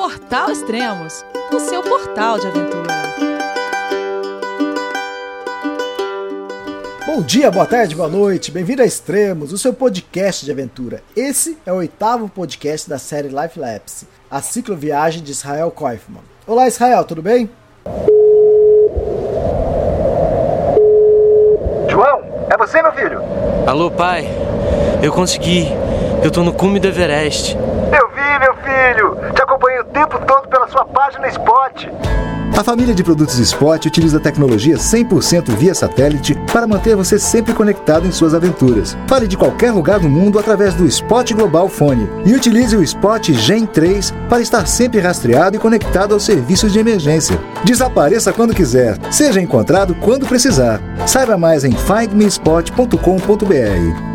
Portal Extremos, o seu portal de aventura. Bom dia, boa tarde, boa noite, bem-vindo a Extremos, o seu podcast de aventura. Esse é o 8º podcast da série Life Lapse, a cicloviagem de Israel Koifman. Olá, Israel, tudo bem? João, é você, meu filho? Alô, pai, eu consegui, eu tô no cume do Everest. Eu vi, meu filho, te acompanhei o tempo todo pela sua página Spot. A família de produtos Spot utiliza tecnologia 100% via satélite para manter você sempre conectado em suas aventuras. Fale de qualquer lugar do mundo através do Spot Global Fone e utilize o Spot Gen 3 para estar sempre rastreado e conectado aos serviços de emergência. Desapareça quando quiser, seja encontrado quando precisar. Saiba mais em findmespot.com.br.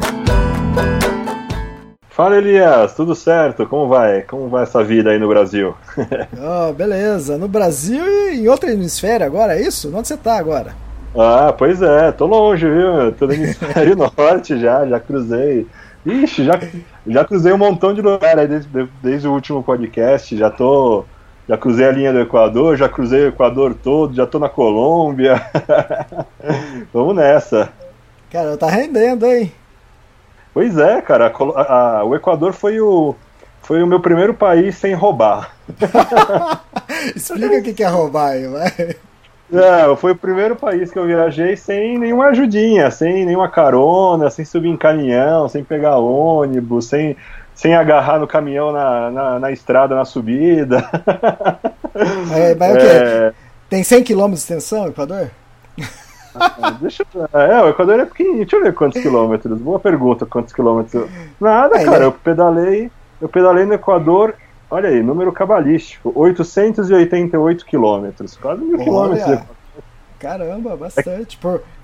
Fala, Elias, tudo certo? Como vai? Como vai essa vida aí no Brasil? Beleza, no Brasil e em outro hemisfério agora, é isso? Onde você tá agora? Ah, pois é, tô longe, viu? Tô no hemisfério norte já cruzei. Ixi, já cruzei um montão de lugar aí desde o último podcast, já cruzei a linha do Equador, já cruzei o Equador todo, já tô na Colômbia. Vamos nessa. Cara, tá rendendo, hein? Pois é, cara, o Equador foi o meu primeiro país sem roubar. Explica o que é roubar aí, vai. Foi o primeiro país que eu viajei sem nenhuma ajudinha, sem nenhuma carona, sem subir em caminhão, sem pegar ônibus, sem agarrar no caminhão na estrada, na subida. Mas o quê? Tem 100 km de extensão, Equador? O Equador é pequenininho, deixa eu ver quantos quilômetros. Boa pergunta, quantos quilômetros. Nada, cara, eu pedalei no Equador, olha aí, número cabalístico, 888 quilômetros, quase 1000 quilômetros. Caramba, bastante.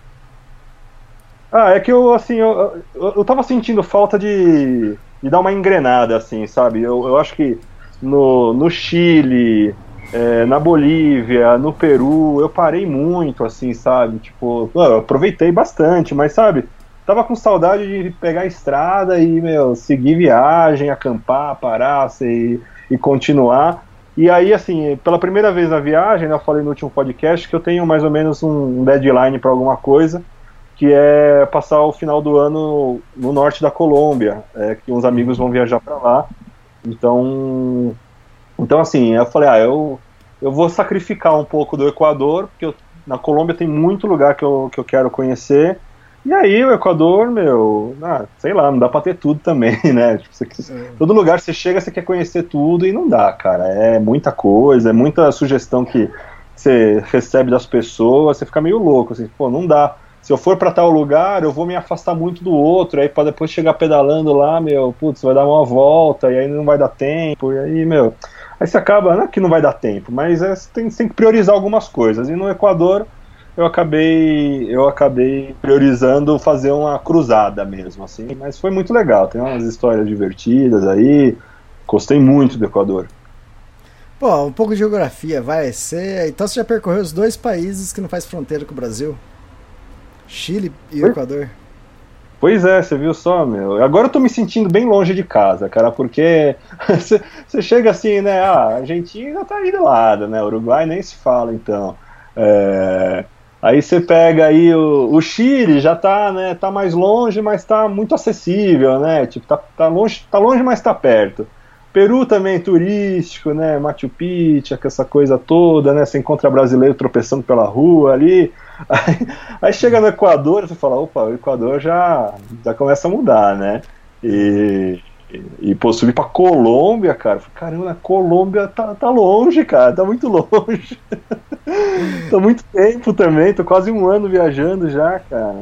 É que eu tava sentindo falta de dar uma engrenada, assim, sabe? Eu acho que no Chile, na Bolívia, no Peru, eu parei muito, assim, sabe? Tipo, eu aproveitei bastante, mas, sabe, tava com saudade de pegar a estrada e, seguir viagem, acampar, parar e continuar. E aí, assim, pela primeira vez na viagem, né, eu falei no último podcast que eu tenho mais ou menos um deadline para alguma coisa, que é passar o final do ano no norte da Colômbia, que uns amigos vão viajar para lá. Então, assim, eu falei, eu vou sacrificar um pouco do Equador, porque na Colômbia tem muito lugar que eu quero conhecer, e aí o Equador, sei lá, não dá pra ter tudo também, né? Tipo, todo lugar que você chega, você quer conhecer tudo, e não dá, cara, é muita coisa, é muita sugestão que você recebe das pessoas, você fica meio louco, assim, pô, não dá. Se eu for pra tal lugar, eu vou me afastar muito do outro, aí pra depois chegar pedalando lá, vai dar uma volta, e aí não vai dar tempo, e aí, aí você acaba, não é que não vai dar tempo, mas você tem que priorizar algumas coisas, e no Equador eu acabei priorizando fazer uma cruzada mesmo, assim, mas foi muito legal, tem umas histórias divertidas aí, gostei muito do Equador. Pô, um pouco de geografia, então você já percorreu os dois países que não faz fronteira com o Brasil? Chile e Equador. Pois é, você viu só, agora eu tô me sentindo bem longe de casa, cara, porque você chega assim, né, a Argentina tá aí do lado, né, Uruguai nem se fala, então, aí você pega aí o Chile, já tá, né, tá mais longe, mas tá muito acessível, né, tipo, tá longe, mas tá perto. Peru também turístico, né, Machu Picchu, essa coisa toda, né, você encontra brasileiro tropeçando pela rua ali, aí chega no Equador, você fala, opa, o Equador já começa a mudar, né, e subir pra Colômbia, cara, caramba, a Colômbia tá longe, cara, tá muito longe, tá muito tempo também, tô quase um ano viajando já, cara.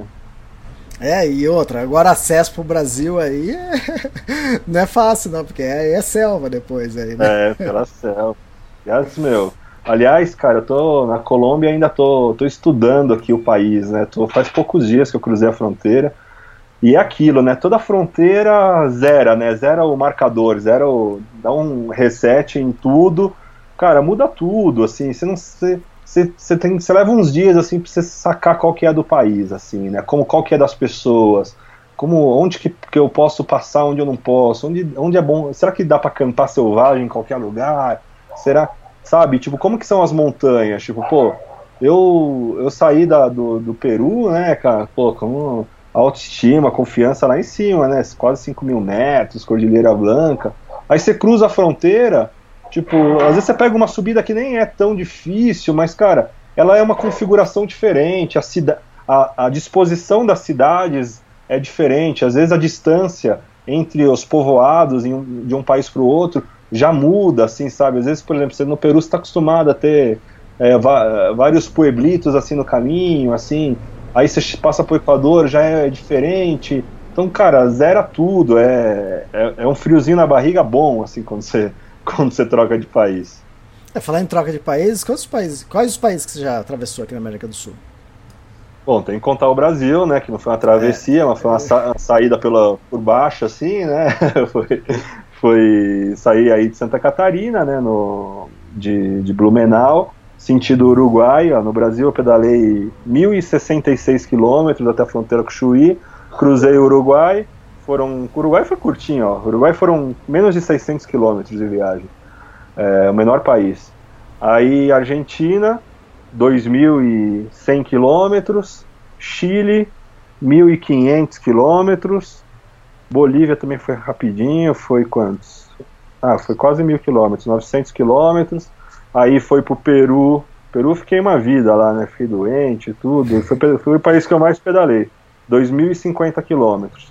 E outra, agora acesso pro Brasil aí não é fácil não, porque aí é selva depois aí, né? Pela selva. Aliás, cara, eu tô na Colômbia, ainda tô estudando aqui o país, né? Faz poucos dias que eu cruzei a fronteira, e é aquilo, né? Toda fronteira zera, né? Zera o marcador, dá um reset em tudo, cara, muda tudo, assim, você leva uns dias assim pra você sacar qual que é do país, assim, né? Qual que é das pessoas, onde que eu posso passar, onde eu não posso, onde é bom, será que dá pra acampar selvagem em qualquer lugar? Será, sabe, tipo, como que são as montanhas? Tipo, pô, eu saí do Peru, né, cara, pô, como autoestima, confiança lá em cima, né, quase 5.000 metros, Cordilheira Blanca. Aí você cruza a fronteira, tipo, às vezes você pega uma subida que nem é tão difícil, mas, cara, ela é uma configuração diferente, a disposição das cidades é diferente, às vezes a distância entre os povoados de um país para o outro já muda, assim, sabe? Às vezes, por exemplo, você no Peru está acostumado a ter vários pueblitos assim no caminho, assim, aí você passa para o Equador, já é diferente. Então, cara, zera tudo, é um friozinho na barriga bom, assim, quando você troca de país. Falar em troca de países, quais os países que você já atravessou aqui na América do Sul? Bom, tem que contar o Brasil, né, que não foi uma travessia, mas foi uma saída por baixo, assim, né, foi sair aí de Santa Catarina, né, de Blumenau, sentido Uruguai. Ó, no Brasil eu pedalei 1.066 quilômetros até a fronteira com o Chuí, cruzei o Uruguai, o Uruguai foi curtinho, ó, o Uruguai foram menos de 600 quilômetros de viagem, o menor país. Aí Argentina, 2.100 quilômetros, Chile, 1.500 quilômetros, Bolívia também foi rapidinho, foi quantos? Foi quase 1.000 quilômetros, 900 quilômetros, aí foi pro Peru, fiquei uma vida lá, né, fiquei doente e tudo, foi o país que eu mais pedalei, 2.050 quilômetros,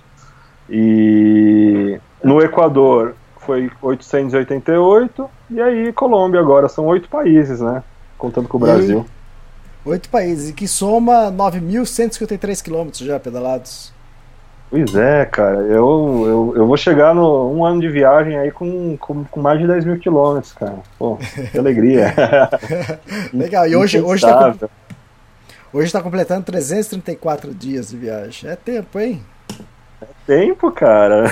e no Equador foi 888, e aí Colômbia agora, são 8 países, né, contando com o Brasil. 8 países, e que soma 9.153 quilômetros já pedalados. Pois é, cara, eu vou chegar no 1 ano de viagem aí com mais de 10.000 quilômetros, cara. Pô, que alegria. Legal, e hoje tá completando 334 dias de viagem. É tempo, hein? É tempo, cara.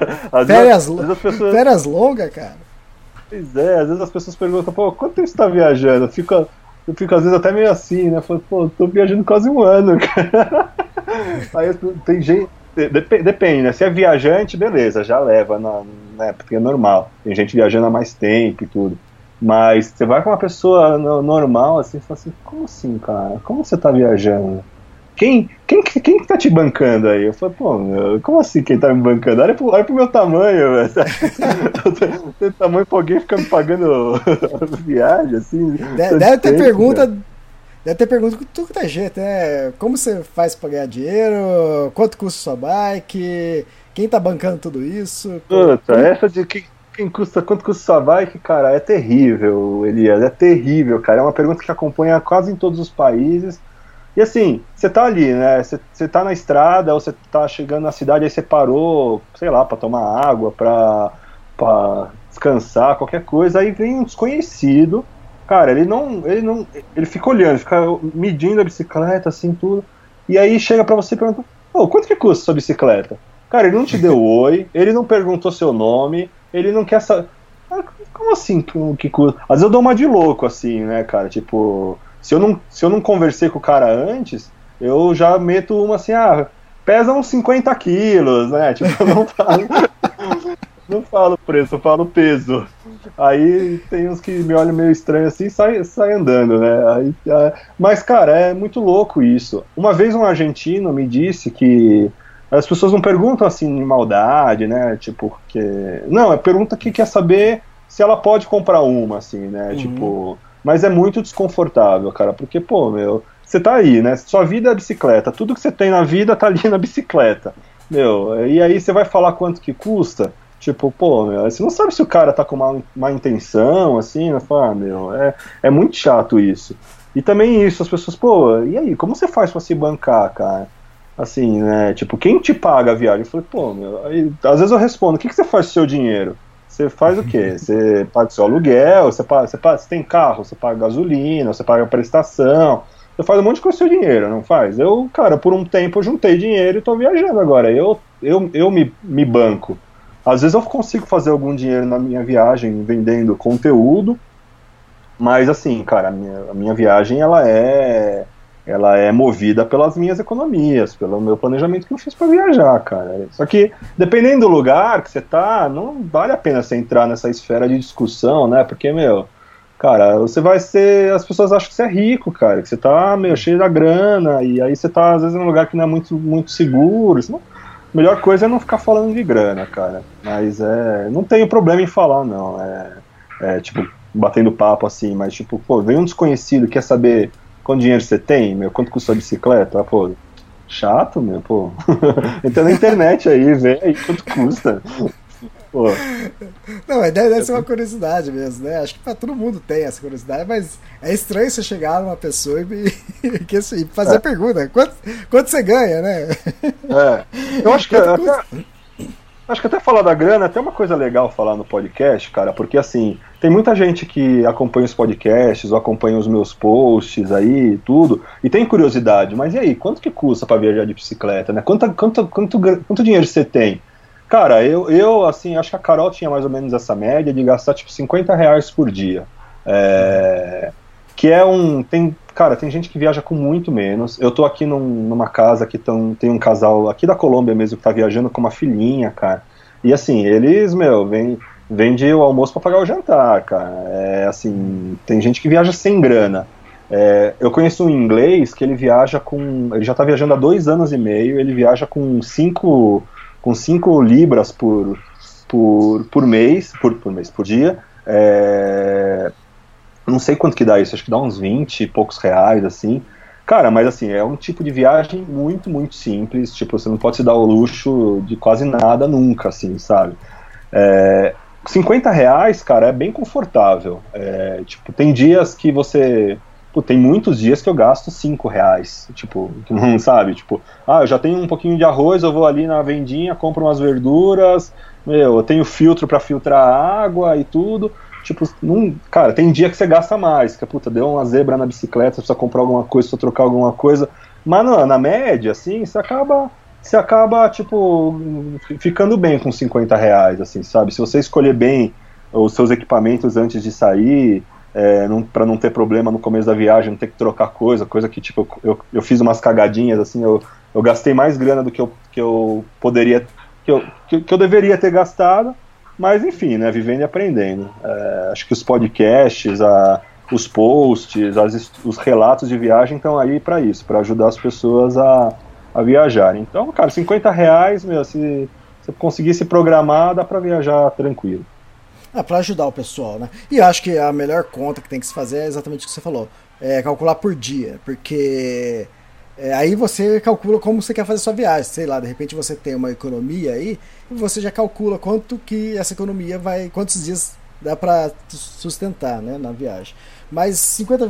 Férias longas, cara. Pois é, às vezes as pessoas perguntam, pô, quanto tempo você tá viajando? Eu fico às vezes até meio assim, né? Falo, pô, tô viajando quase 1 ano, cara. Aí tem gente. Depende, né? Se é viajante, beleza, já leva, né? Porque é normal. Tem gente viajando há mais tempo e tudo. Mas você vai com uma pessoa normal, assim, fala assim, como assim, cara? Como você tá viajando? Quem tá te bancando aí? Eu falo, pô, como assim quem tá me bancando? Olha pro meu tamanho, velho. Tem tamanho pra alguém ficar me pagando viagem, assim. Deve ter pergunta com tudo que tá jeito, né? Como você faz pra ganhar dinheiro? Quanto custa sua bike? Quem tá bancando tudo isso? Puta, essa de quanto custa sua bike, cara, é terrível, Elias, é terrível, cara. É uma pergunta que acompanha quase em todos os países. E assim, você tá ali, né? Você tá na estrada, ou você tá chegando na cidade, aí você parou, sei lá, pra tomar água, pra descansar, qualquer coisa, aí vem um desconhecido. Cara, ele fica olhando, fica medindo a bicicleta, assim, tudo. E aí chega pra você e pergunta, quanto que custa sua bicicleta? Cara, ele não te deu oi, ele não perguntou seu nome, ele não quer saber. Como assim que custa? Às vezes eu dou uma de louco, assim, né, cara? Tipo, se eu não conversei com o cara antes, eu já meto uma assim, pesa uns 50 quilos, né? Tipo, eu não falo preço, eu falo peso. Aí tem uns que me olham meio estranho assim e sai andando, né? Mas, cara, é muito louco isso. Uma vez um argentino me disse que as pessoas não perguntam assim de maldade, né? Tipo, não, pergunta que quer saber se ela pode comprar uma, assim, né? Uhum. Tipo, mas é muito desconfortável, cara, porque, pô, você tá aí, né? Sua vida é bicicleta, tudo que você tem na vida tá ali na bicicleta, e aí você vai falar quanto que custa? Tipo, pô, você não sabe se o cara tá com uma intenção, assim, né? Fala, é muito chato isso. E também isso, as pessoas, pô, e aí, como você faz pra se bancar, cara? Assim, né, tipo, quem te paga a viagem? Eu falei, pô, aí, às vezes eu respondo, o que você faz com o seu dinheiro? Você faz o quê? Você paga o seu aluguel, você tem carro, você paga gasolina, você paga prestação, você faz um monte de coisa com o seu dinheiro, não faz? Eu, cara, por um tempo eu juntei dinheiro e tô viajando agora, eu me banco. Às vezes eu consigo fazer algum dinheiro na minha viagem vendendo conteúdo, mas assim, cara, a minha viagem ela é movida pelas minhas economias, pelo meu planejamento que eu fiz para viajar, cara. Só que, dependendo do lugar que você tá, não vale a pena você entrar nessa esfera de discussão, né? Porque, cara, as pessoas acham que você é rico, cara, que você tá meio cheio da grana, e aí você tá, às vezes, num lugar que não é muito, muito seguro. A melhor coisa é não ficar falando de grana, cara. Mas não tenho problema em falar, não. Tipo, batendo papo assim, mas tipo, pô, vem um desconhecido, quer saber quanto dinheiro você tem, meu, quanto custa a bicicleta? Pô, chato, meu, pô. Entra na internet aí, vê aí quanto custa. Pô. Não, a ideia deve ser uma curiosidade mesmo, né? Acho que pra todo mundo tem essa curiosidade, mas é estranho você chegar numa pessoa e fazer a pergunta, quanto você ganha, né? Eu acho que até falar da grana é até uma coisa legal falar no podcast, cara, porque assim, tem muita gente que acompanha os podcasts ou acompanha os meus posts aí e tudo, e tem curiosidade, mas e aí, quanto que custa pra viajar de bicicleta, né? Quanto dinheiro você tem? Cara, eu assim, acho que a Carol tinha mais ou menos essa média de gastar tipo R$50 por dia. Que é tem gente que viaja com muito menos. Eu tô aqui numa casa que tem um casal aqui da Colômbia mesmo que tá viajando com uma filhinha, cara. E assim, eles, vendem o almoço pra pagar o jantar, cara. Assim, tem gente que viaja sem grana. Eu conheço um inglês que ele já tá viajando há 2 anos e meio, ele viaja com 5 libras por dia. Não sei quanto que dá isso, acho que dá uns 20 e poucos reais, assim. Cara, mas assim, é um tipo de viagem muito, muito simples, tipo, você não pode se dar o luxo de quase nada nunca, assim, sabe? R$50, cara, é bem confortável. Tipo, tem dias que você... tem muitos dias que eu gasto R$5, tipo, sabe, tipo, eu já tenho um pouquinho de arroz, eu vou ali na vendinha, compro umas verduras, eu tenho filtro pra filtrar a água e tudo, tipo, cara, tem dia que você gasta mais, que, deu uma zebra na bicicleta, você precisa comprar alguma coisa, precisa trocar alguma coisa, mas na média, assim, você acaba, tipo, ficando bem com R$50, assim, sabe, se você escolher bem os seus equipamentos antes de sair, para não ter problema no começo da viagem, não ter que trocar coisa que tipo, eu fiz umas cagadinhas, assim, eu gastei mais grana do que eu poderia, que eu deveria ter gastado, mas enfim, né, vivendo e aprendendo. Acho que os podcasts, os posts, os relatos de viagem estão aí para isso, para ajudar as pessoas a viajarem. Então, cara, R$50, se você conseguir se programar, dá para viajar tranquilo. Para ajudar o pessoal, né? E eu acho que a melhor conta que tem que se fazer é exatamente o que você falou, calcular por dia, porque aí você calcula como você quer fazer sua viagem, sei lá, de repente você tem uma economia aí, e você já calcula quanto que essa economia quantos dias dá para sustentar, né, na viagem. Mas R$50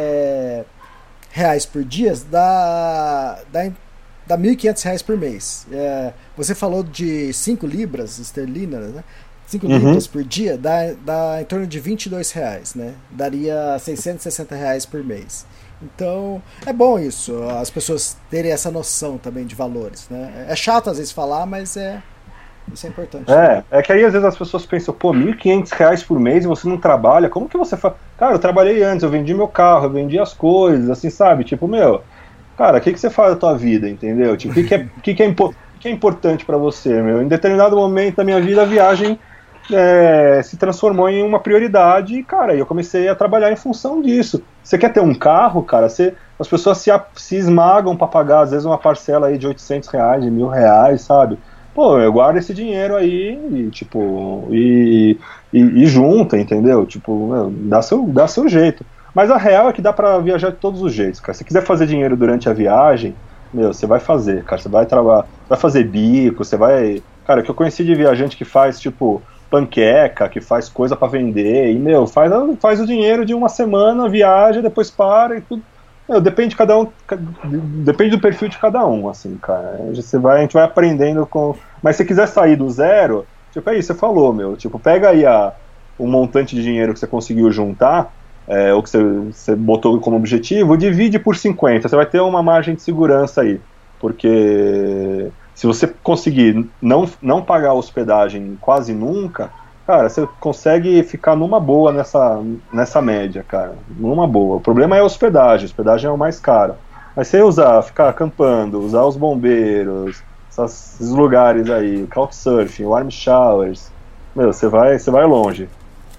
por dia dá R$1.500 por mês. Você falou de 5 libras esterlinas, né? 5 libras por dia dá em torno de R$22, né? Daria R$660 por mês. Então, é bom isso, as pessoas terem essa noção também de valores, né? É chato às vezes falar, mas isso é importante. É que aí às vezes as pessoas pensam, R$1.500 por mês e você não trabalha, como que você faz? Cara, eu trabalhei antes, eu vendi meu carro, eu vendi as coisas, assim, sabe? Tipo, cara, o que você faz da tua vida, entendeu? Tipo, o que é importante pra você, meu? Em determinado momento da minha vida, a viagem se transformou em uma prioridade e, cara, eu comecei a trabalhar em função disso. Você quer ter um carro, cara, as pessoas se esmagam pra pagar, às vezes, uma parcela aí de R$800, de R$1.000, sabe? Pô, eu guardo esse dinheiro aí e, tipo, e junta, entendeu? Tipo, dá seu jeito. Mas a real é que dá pra viajar de todos os jeitos, cara. Se quiser fazer dinheiro durante a viagem, você vai fazer, cara. Você vai trabalhar, vai fazer bico, você vai... Cara, que eu conheci de viajante que faz, tipo, panqueca, que faz coisa pra vender, e, faz o dinheiro de uma semana, viaja, depois para e tudo. Depende de cada um, depende do perfil de cada um, assim, cara. A gente vai aprendendo com... Mas se quiser sair do zero, tipo, é isso, você falou, tipo, pega aí o montante de dinheiro que você conseguiu juntar, ou que você botou como objetivo, divide por 50, você vai ter uma margem de segurança aí, porque... Se você conseguir não pagar a hospedagem quase nunca, cara, você consegue ficar numa boa nessa média, cara. Numa boa. O problema é a hospedagem é o mais caro. Mas você ficar acampando, usar os bombeiros, esses lugares aí, couchsurfing, warm showers, você vai longe.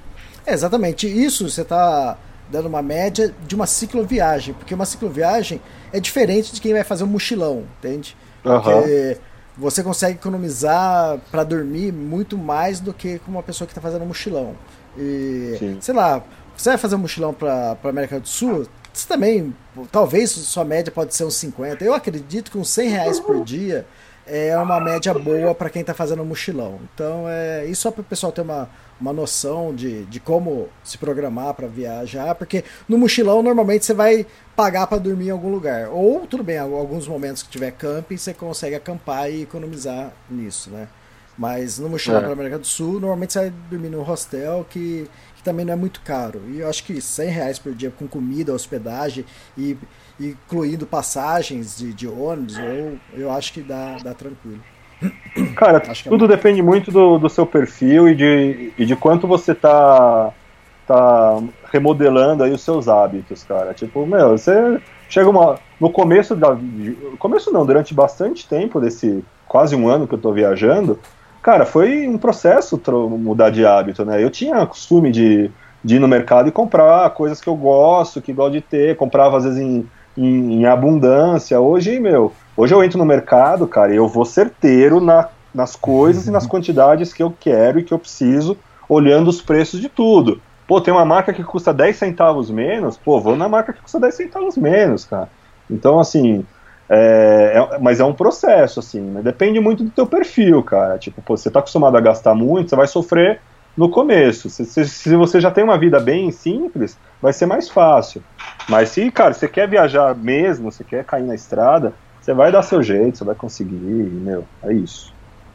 Exatamente. Isso você está dando uma média de uma cicloviagem, porque uma cicloviagem é diferente de quem vai fazer um mochilão, entende? Porque você consegue economizar para dormir muito mais do que com uma pessoa que está fazendo um mochilão. E, sei lá, você vai fazer um mochilão para América do Sul, você também, talvez sua média pode ser uns 50. Eu acredito que uns R$100 por dia é uma média boa para quem está fazendo um mochilão. Então, isso só para o pessoal ter uma noção de como se programar para viajar, porque no mochilão normalmente você vai pagar para dormir em algum lugar. Ou, tudo bem, alguns momentos que tiver camping, você consegue acampar e economizar nisso, né? Mas no mochilão para a América do Sul, normalmente você vai dormir num hostel que também não é muito caro. E eu acho que R$100 por dia com comida, hospedagem e incluindo passagens de ônibus, eu acho que dá tranquilo. Cara, tudo depende muito do seu perfil e de quanto você tá remodelando aí os seus hábitos, cara. Tipo, você chega no começo começo não, durante bastante tempo, desse quase um ano que eu tô viajando, cara, foi um processo mudar de hábito, né? Eu tinha costume de ir no mercado e comprar coisas que eu gosto de ter, comprava às vezes em abundância. Hoje eu entro no mercado, cara, e eu vou certeiro nas coisas e nas quantidades que eu quero e que eu preciso, olhando os preços de tudo. Pô, tem uma marca que custa 10 centavos menos, vou na marca que custa 10 centavos menos, cara. Então, assim, mas é um processo, assim, né? Depende muito do teu perfil, cara. Tipo, você tá acostumado a gastar muito, você vai sofrer no começo. Se você já tem uma vida bem simples, vai ser mais fácil. Mas se, cara, você quer viajar mesmo, você quer cair na estrada, você vai dar seu jeito, você vai conseguir, é isso.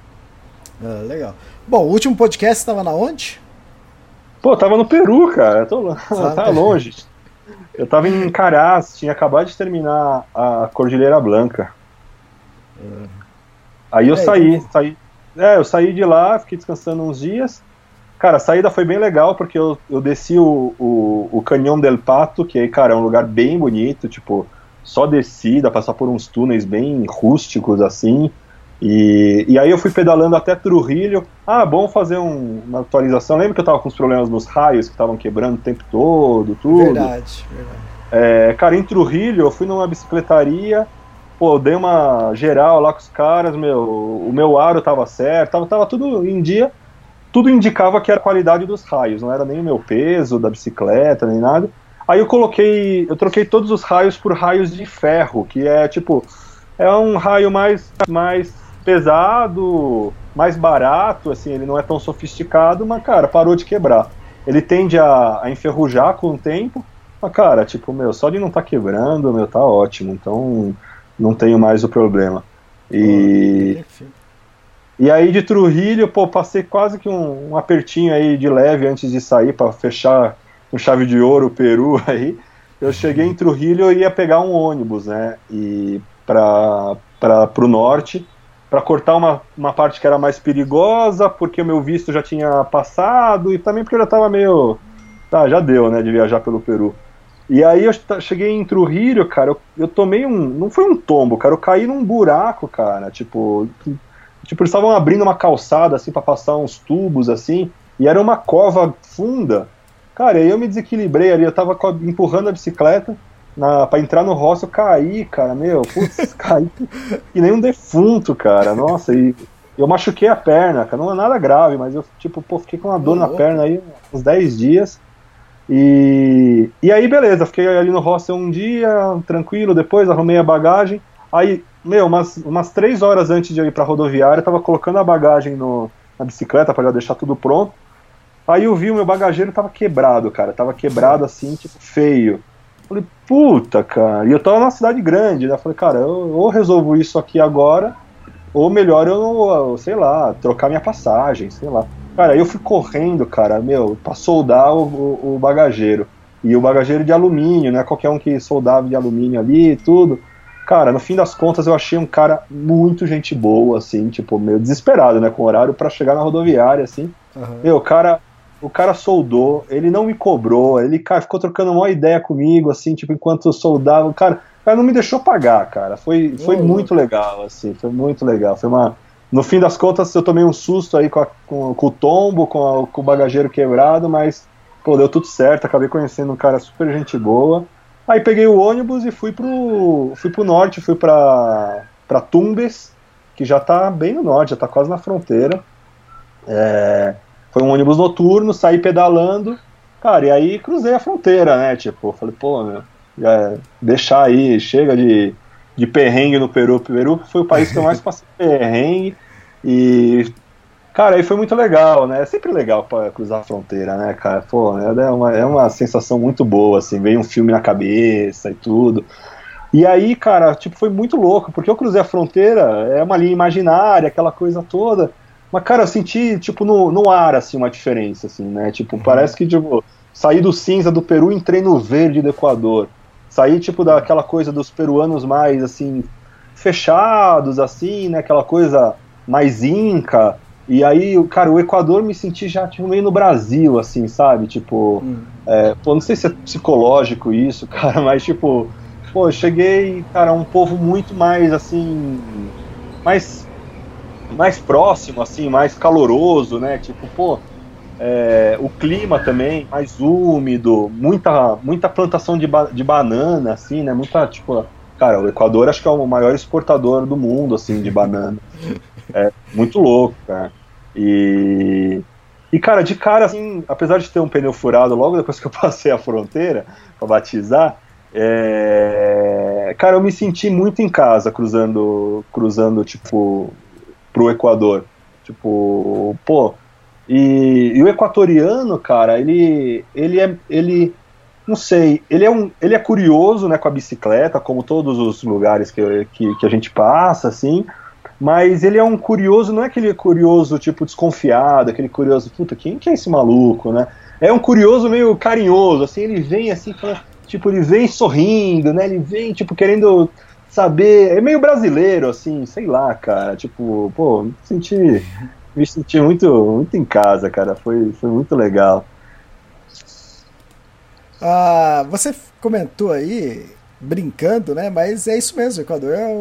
Legal. Bom, o último podcast estava na onde? Pô, tava no Peru, cara. Tá longe. Eu tava em Carás, tinha acabado de terminar a Cordilheira Blanca. Aí eu saí. Eu saí de lá, fiquei descansando uns dias. Cara, a saída foi bem legal, porque eu desci o Canyon del Pato, que aí, cara, é um lugar bem bonito, tipo, só descida, passar por uns túneis bem rústicos, assim. E aí eu fui pedalando até Trujillo. Bom fazer uma atualização. Lembra que eu tava com os problemas nos raios que estavam quebrando o tempo todo, tudo? Verdade. Cara, em Trujillo eu fui numa bicicletaria, dei uma geral lá com os caras, o meu aro tava certo, tava tudo em dia. Tudo indicava que era a qualidade dos raios, não era nem o meu peso da bicicleta, nem nada. Aí eu troquei todos os raios por raios de ferro, que é tipo, é um raio mais pesado, mais barato, assim, ele não é tão sofisticado, mas, cara, parou de quebrar. Ele tende a enferrujar com o tempo, mas, cara, tipo, só de não tá quebrando, tá ótimo, então não tenho mais o problema. E aí de Trujillo, passei quase que um apertinho aí de leve antes de sair para fechar com chave de ouro o Peru aí. Eu cheguei em Trujillo e ia pegar um ônibus, né, e pro norte, para cortar uma parte que era mais perigosa, porque o meu visto já tinha passado, e também porque eu já tava meio... já deu, né, de viajar pelo Peru. E aí eu cheguei em Trujillo, cara, eu tomei não foi um tombo, cara, eu caí num buraco, cara, tipo, eles estavam abrindo uma calçada, assim, para passar uns tubos, assim, e era uma cova funda. Cara, aí eu me desequilibrei ali, eu tava empurrando a bicicleta pra entrar no hostel, eu caí, cara, caí que nem um defunto, cara, nossa, e eu machuquei a perna, cara, não é nada grave, mas eu, tipo, fiquei com uma dor na perna aí uns 10 dias, e aí, beleza, fiquei ali no hostel um dia, tranquilo, depois arrumei a bagagem, aí, umas 3 horas antes de eu ir pra rodoviária, eu tava colocando a bagagem na bicicleta pra já deixar tudo pronto, aí eu vi o meu bagageiro tava quebrado, cara, assim, tipo, feio. Falei, puta, cara, e eu tava numa cidade grande, né? Falei, cara, eu ou resolvo isso aqui agora, ou melhor eu, sei lá, trocar minha passagem, sei lá. Cara, aí eu fui correndo, cara, pra soldar o bagageiro. E o bagageiro de alumínio, né? Qualquer um que soldava de alumínio ali e tudo. Cara, no fim das contas eu achei um cara muito gente boa, assim, tipo, meio desesperado, né? Com horário pra chegar na rodoviária, assim. Uhum. O cara soldou, ele não me cobrou, ele, cara, ficou trocando uma ideia comigo, assim, tipo, enquanto eu soldava, o cara não me deixou pagar, cara, foi muito legal, assim, foi muito legal, no fim das contas eu tomei um susto aí com o tombo, com o bagageiro quebrado, mas pô, deu tudo certo, acabei conhecendo um cara super gente boa. Aí peguei o ônibus e fui pro norte, fui pra Tumbes, que já tá bem no norte, já tá quase na fronteira. Foi um ônibus noturno, saí pedalando, cara, e aí cruzei a fronteira, né, tipo, falei, pô, meu, deixar aí, chega de perrengue no Peru. O Peru foi o país que eu mais passei perrengue, e, cara, aí foi muito legal, né, é sempre legal pra cruzar a fronteira, né, cara, pô, é uma sensação muito boa, assim, veio um filme na cabeça e tudo. E aí, cara, tipo, foi muito louco, porque eu cruzei a fronteira, é uma linha imaginária, aquela coisa toda. Mas, cara, eu senti, tipo, no ar, assim, uma diferença, assim, né? Tipo, parece que, tipo, saí do cinza do Peru e entrei no verde do Equador. Saí, tipo, daquela coisa dos peruanos mais, assim, fechados, assim, né? Aquela coisa mais inca. E aí, cara, o Equador me senti já, tipo, meio no Brasil, assim, sabe? Tipo, pô, não sei se é psicológico isso, cara, mas, tipo, pô, eu cheguei, cara, um povo muito mais, assim, mais próximo, assim, mais caloroso, né, tipo, pô, o clima também mais úmido, muita plantação de banana, assim, né, muita, tipo, cara, o Equador acho que é o maior exportador do mundo, assim, de banana, muito louco, cara, e cara, de cara, assim, apesar de ter um pneu furado logo depois que eu passei a fronteira pra batizar, cara, eu me senti muito em casa cruzando, tipo, pro Equador, tipo, pô, e o equatoriano, cara, ele não sei, ele é curioso, né, com a bicicleta, como todos os lugares que a gente passa, assim, mas ele é um curioso, não é aquele curioso, tipo, desconfiado, aquele curioso, puta, quem que é esse maluco, né, é um curioso meio carinhoso, assim, ele vem assim, tipo, ele vem sorrindo, né, ele vem, tipo, querendo saber, é meio brasileiro, assim, sei lá, cara, tipo, pô, me senti muito, muito em casa, cara, foi muito legal. Você comentou aí, brincando, né, mas é isso mesmo, o Equador é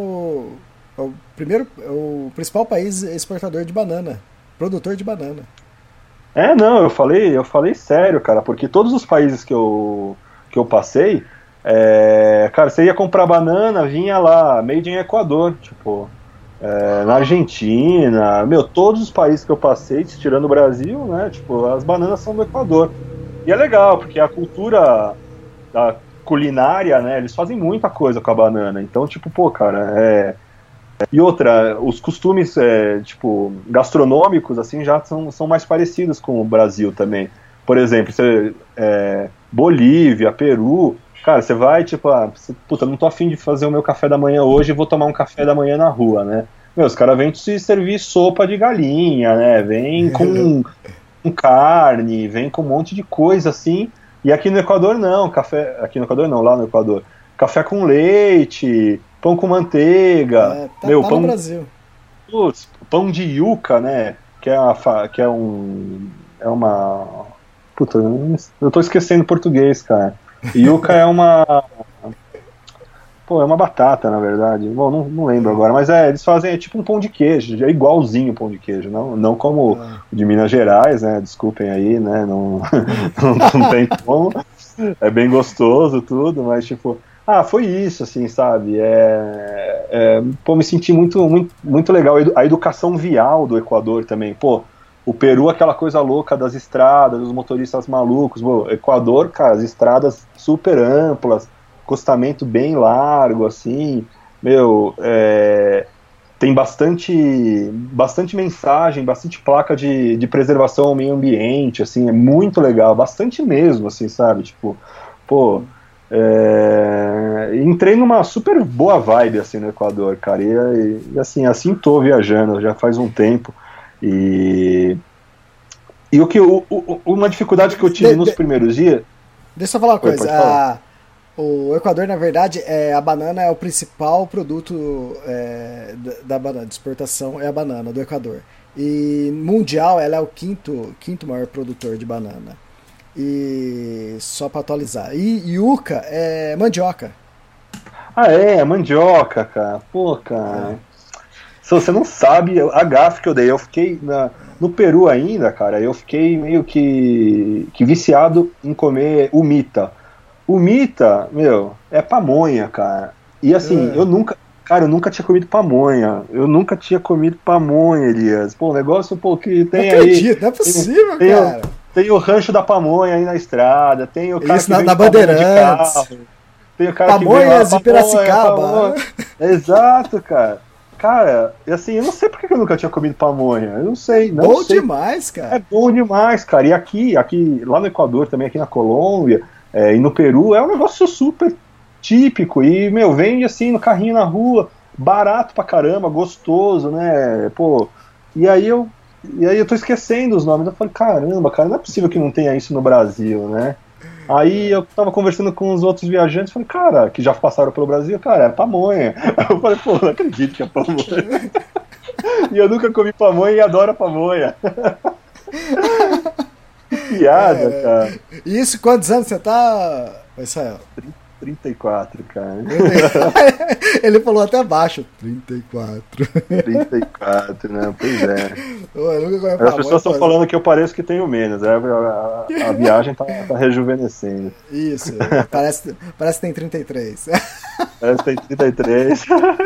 o principal país exportador de banana, produtor de banana. Não, eu falei sério, cara, porque todos os países que eu passei, cara, você ia comprar banana, vinha lá, made in Equador, tipo, na Argentina, todos os países que eu passei, tirando o Brasil, né, tipo, as bananas são do Equador. E é legal, porque a cultura da culinária, né, eles fazem muita coisa com a banana, então, tipo, pô, cara, e outra, os costumes, tipo, gastronômicos, assim, já são mais parecidos com o Brasil também. Por exemplo, Bolívia, Peru, cara, você vai, tipo, puta, não tô afim de fazer o meu café da manhã hoje, vou tomar um café da manhã na rua, né? Os caras vêm te servir sopa de galinha, né? Vem com carne, vem com um monte de coisa, assim. E aqui no Equador não, aqui no Equador não, lá no Equador, café com leite, pão com manteiga, tá pão no Brasil. Putz, pão de yuca, né? Que é uma... Puta, eu tô esquecendo português, cara. Yuca é uma... Pô, é uma batata, na verdade. Bom, não lembro agora, mas eles fazem tipo um pão de queijo, é igualzinho o pão de queijo, não como o de Minas Gerais, né? Desculpem aí, né? Não tem como. É bem gostoso tudo, mas tipo... foi isso, assim, sabe? Pô, me senti muito, muito, muito legal. A educação vial do Equador também, pô. O Peru, aquela coisa louca das estradas, dos motoristas malucos. Pô, Equador, cara, as estradas super amplas, acostamento bem largo, assim. Tem bastante mensagem, bastante placa de preservação ao meio ambiente, assim, é muito legal, bastante mesmo, assim, sabe? Tipo, pô... entrei numa super boa vibe, assim, no Equador, cara, e assim tô viajando, já faz um tempo. E uma dificuldade que eu tive nos primeiros dias... Deixa eu falar uma coisa. O Equador, na verdade, a banana é o principal produto da banana, de exportação, é a banana do Equador. E mundial, ela é o quinto maior produtor de banana. E só para atualizar. E yuca é mandioca. Mandioca, cara. Pô, cara... Se você não sabe a gafe que eu dei, eu fiquei no Peru ainda, cara, eu fiquei meio que viciado em comer humita. Humita, meu, é pamonha, cara. E assim, eu nunca tinha comido pamonha. Eu nunca tinha comido pamonha, Elias. Pô, o negócio, que tem não acredito, aí... Não é possível, cara. Tem o rancho da pamonha aí na estrada, tem o cara isso que vende na Bandeirantes. Tem o cara Pamonhas de Piracicaba. Exato, cara. Cara, assim, eu não sei porque eu nunca tinha comido pamonha. Eu não sei. Bom demais, cara. É bom demais, cara. E aqui, lá no Equador, também aqui na Colômbia, e no Peru, é um negócio super típico. E, meu, vende assim no carrinho na rua, barato pra caramba, gostoso, né? Pô, e aí eu tô esquecendo os nomes. Eu falei, caramba, cara, não é possível que não tenha isso no Brasil, né? Aí eu tava conversando com os outros viajantes, falei, cara, que já passaram pelo Brasil, cara, é pamonha. Aí eu falei, pô, não acredito que é pamonha. E eu nunca comi pamonha e adoro pamonha. Que piada, cara. E isso, quantos anos você tá, Israel? 34, cara. Ele falou até baixo. 34. 34, né? Pois é. As pessoas estão falando que eu pareço que tenho menos. A viagem tá rejuvenescendo. Isso. Parece que tem 33. Parece que tem 33.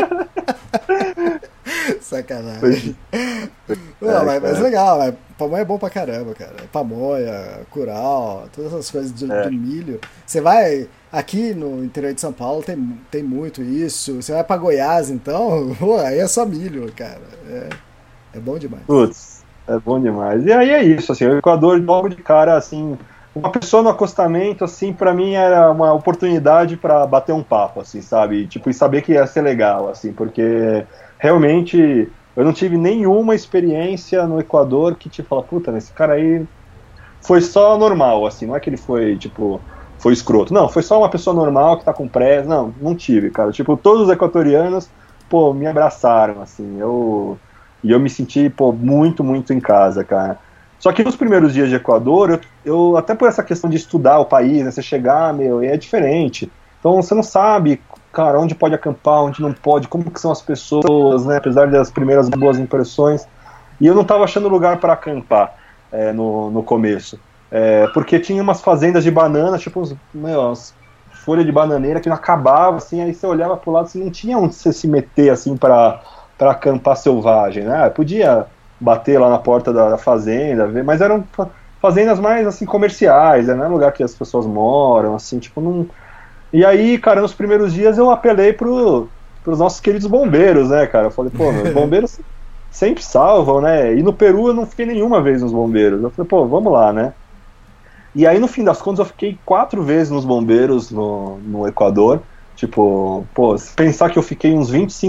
Sacanagem. Mas legal, pamonha é bom pra caramba, cara. Pamonha, curau, todas essas coisas do milho. Você vai aqui no interior de São Paulo, tem muito isso. Você vai pra Goiás, então, aí é só milho, cara. É bom demais. Putz, é bom demais. E aí é isso, assim, o Equador logo de cara, assim, uma pessoa no acostamento, assim, pra mim era uma oportunidade pra bater um papo, assim, sabe? Tipo, e saber que ia ser legal, assim, porque realmente eu não tive nenhuma experiência no Equador que te fala, puta, esse cara aí foi só normal, assim, não é que ele foi, tipo, foi escroto. Não, foi só uma pessoa normal que tá com pressa. Não tive, cara. Tipo, todos os equatorianos, pô, me abraçaram, assim, e eu me senti, pô, muito, muito em casa, cara. Só que nos primeiros dias de Equador, eu até por essa questão de estudar o país, né, você chegar, meu, e é diferente. Então você não sabe, cara, onde pode acampar, onde não pode, como que são as pessoas, né, apesar das primeiras boas impressões. E eu não tava achando lugar para acampar no começo. Porque tinha umas fazendas de banana, tipo umas folhas de bananeira que não acabava, assim, aí você olhava pro lado, assim, não tinha onde você se meter, assim, pra acampar selvagem, né? Podia bater lá na porta da fazenda, ver, mas eram fazendas mais, assim, comerciais, né? Não é lugar que as pessoas moram, assim, tipo, não... E aí, cara, nos primeiros dias eu apelei pros nossos queridos bombeiros, né, cara? Eu falei, pô, os bombeiros sempre salvam, né? E no Peru eu não fiquei nenhuma vez nos bombeiros. Eu falei, pô, vamos lá, né? E aí, no fim das contas, eu fiquei 4 vezes nos bombeiros no Equador. Tipo, pô, se pensar que eu fiquei uns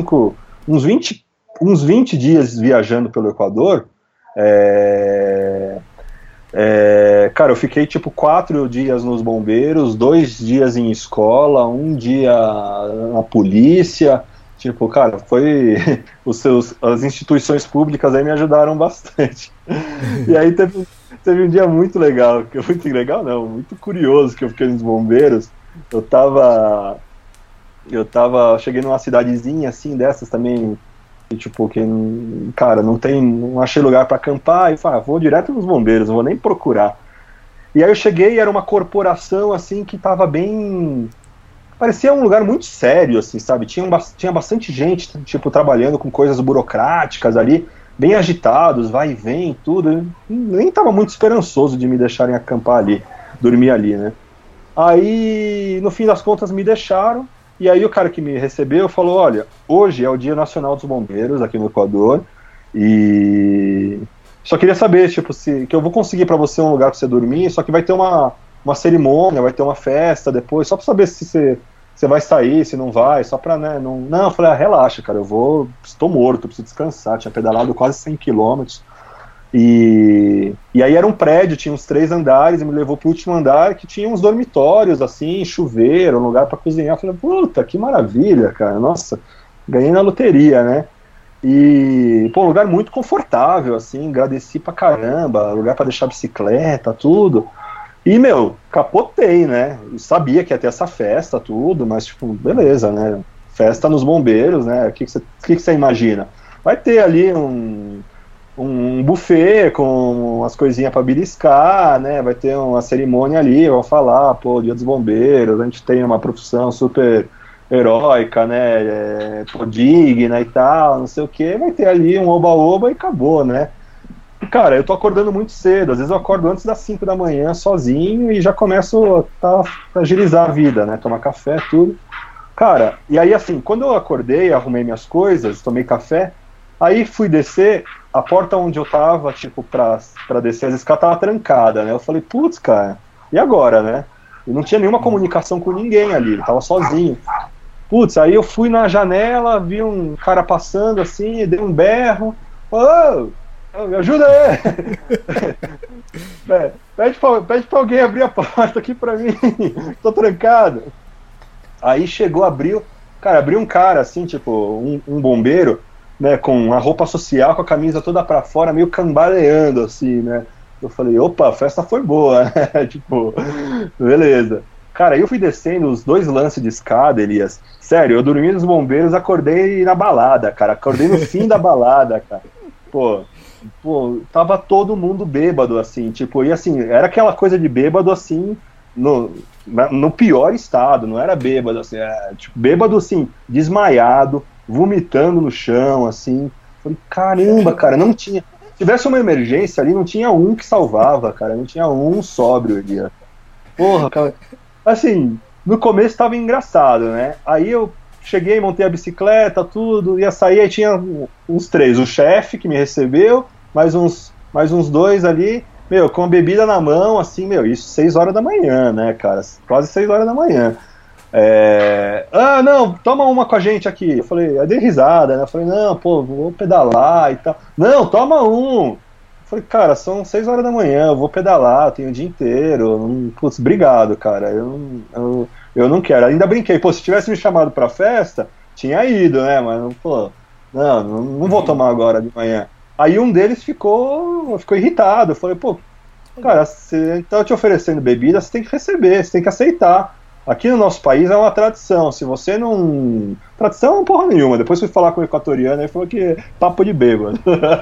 20 dias viajando pelo Equador, cara, eu fiquei tipo 4 dias nos bombeiros, 2 dias em escola, 1 dia na polícia. Tipo, cara, foi as instituições públicas aí me ajudaram bastante. E aí teve um dia muito legal, muito curioso, que eu fiquei nos bombeiros. Cheguei numa cidadezinha assim, dessas também, e, tipo, que, cara, não achei lugar para acampar, e falei, vou direto nos bombeiros, não vou nem procurar. E aí eu cheguei, era uma corporação, assim, que tava bem... Parecia um lugar muito sério, assim, sabe? Tinha bastante gente, tipo, trabalhando com coisas burocráticas ali, bem agitados, vai e vem, tudo. Eu nem tava muito esperançoso de me deixarem acampar ali, dormir ali, né? Aí, no fim das contas, me deixaram, e aí o cara que me recebeu falou, olha, hoje é o Dia Nacional dos Bombeiros aqui no Equador, e só queria saber, tipo, que eu vou conseguir pra você um lugar pra você dormir, só que vai ter uma cerimônia, vai ter uma festa depois, só pra saber se você vai sair, se não vai, só pra, né, não, eu falei, relaxa, cara, estou morto, preciso descansar, tinha pedalado quase 100 quilômetros, e aí era um prédio, tinha uns 3 andares, e me levou pro último andar, que tinha uns dormitórios, assim, chuveiro, um lugar pra cozinhar, eu falei, puta, que maravilha, cara, nossa, ganhei na loteria, né, e, pô, um lugar muito confortável, assim, agradeci pra caramba, lugar pra deixar bicicleta, tudo. E, meu, capotei, né? Eu sabia que ia ter essa festa, tudo, mas, tipo, beleza, né? Festa nos bombeiros, né? O que você imagina? vai ter ali um buffet com umas coisinhas pra beliscar, né? Vai ter uma cerimônia ali, vão falar, pô, Dia dos Bombeiros, a gente tem uma profissão super heróica, né? Pô, digna e tal, não sei o que. Vai ter ali um oba-oba e acabou, né? E, cara, eu tô acordando muito cedo, às vezes eu acordo antes das 5 da manhã sozinho e já começo a agilizar a vida, né? Tomar café, tudo. Cara, e aí assim, quando eu acordei, arrumei minhas coisas, tomei café, aí fui descer, a porta onde eu tava, tipo, pra descer as escadas tava trancada, né? Eu falei, putz, cara, e agora, né? E não tinha nenhuma comunicação com ninguém ali, eu tava sozinho. Putz, aí eu fui na janela, vi um cara passando assim, dei um berro, ô, me ajuda aí! Pede pra alguém abrir a porta aqui pra mim, tô trancado. Aí chegou, abriu um cara assim, tipo, um bombeiro, né, com a roupa social, com a camisa toda pra fora, meio cambaleando, assim, né. Eu falei, opa, a festa foi boa, né? Tipo, beleza. Cara, aí eu fui descendo os 2 lances de escada, Elias. Sério, eu dormi nos bombeiros, acordei na balada, cara. Acordei no fim da balada, cara. Pô, tava todo mundo bêbado, assim, tipo, e assim, era aquela coisa de bêbado, assim, no pior estado, não era bêbado, assim, tipo, bêbado, assim, desmaiado, vomitando no chão, assim. Falei, caramba, cara, não tinha. Se tivesse uma emergência ali, não tinha um que salvava, cara, não tinha um sóbrio ali. Porra, cara. Assim, no começo tava engraçado, né? Aí eu cheguei, montei a bicicleta, tudo, ia sair, aí tinha uns 3, o chefe que me recebeu, mais uns 2 ali, meu, com a bebida na mão, assim, meu, isso 6 horas da manhã, né, cara? Quase 6 horas da manhã. Não, toma uma com a gente aqui. Eu dei risada, né? Eu falei, não, pô, vou pedalar e tal. Não, toma um. Eu falei, cara, são 6 horas da manhã, eu vou pedalar, eu tenho o dia inteiro. Putz, obrigado, cara. Eu não quero. Ainda brinquei, pô, se tivesse me chamado pra festa, tinha ido, né? Mas, pô, não vou tomar agora de manhã. Aí um deles ficou irritado. Eu falei, pô, cara, se tá te oferecendo bebida, você tem que receber, você tem que aceitar. Aqui no nosso país é uma tradição. Se você não... Tradição é porra nenhuma. Depois fui falar com o equatoriano e falou que é papo de bêbado.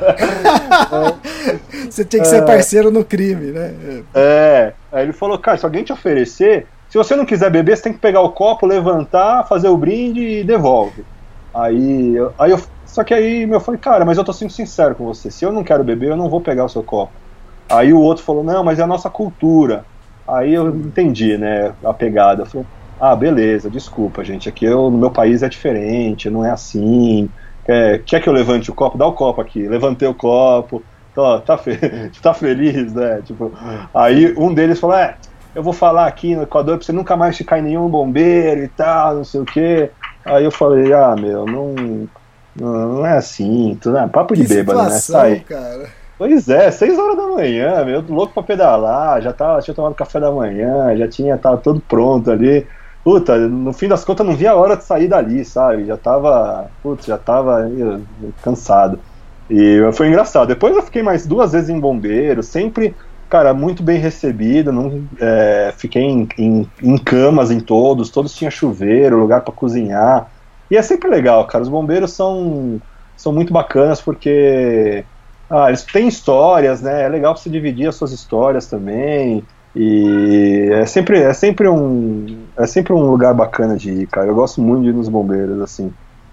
Você tinha que ser parceiro no crime, né? Aí ele falou, cara, se alguém te oferecer, se você não quiser beber, você tem que pegar o copo, levantar, fazer o brinde e devolve. Só que aí eu falei, cara, mas eu tô sendo sincero com você. Se eu não quero beber, eu não vou pegar o seu copo. Aí o outro falou, não, mas é a nossa cultura. Aí eu entendi, né, a pegada. Eu falei, beleza, desculpa, gente, aqui no meu país é diferente, não é assim. Quer que eu levante o copo? Dá o copo aqui. Levantei o copo, tá feliz, né? Tipo, aí um deles falou, eu vou falar aqui no Equador pra você nunca mais ficar em nenhum bombeiro e tal, não sei o quê. Aí eu falei, meu, não é assim, tudo é papo de bêbado, né? Sai. Cara. Pois é, 6 horas da manhã, meu, louco pra pedalar, tinha tomado café da manhã, tava todo pronto ali. Puta, no fim das contas não via a hora de sair dali, sabe? Já tava cansado. E foi engraçado. Depois eu fiquei mais 2 vezes em bombeiro, sempre, cara, muito bem recebido. Fiquei em camas em todos tinha chuveiro, lugar pra cozinhar. E é sempre legal, cara. Os bombeiros são muito bacanas porque... eles têm histórias, né? É legal você dividir as suas histórias também. E é sempre um lugar bacana de ir, cara. Eu gosto muito de ir nos bombeiros, assim.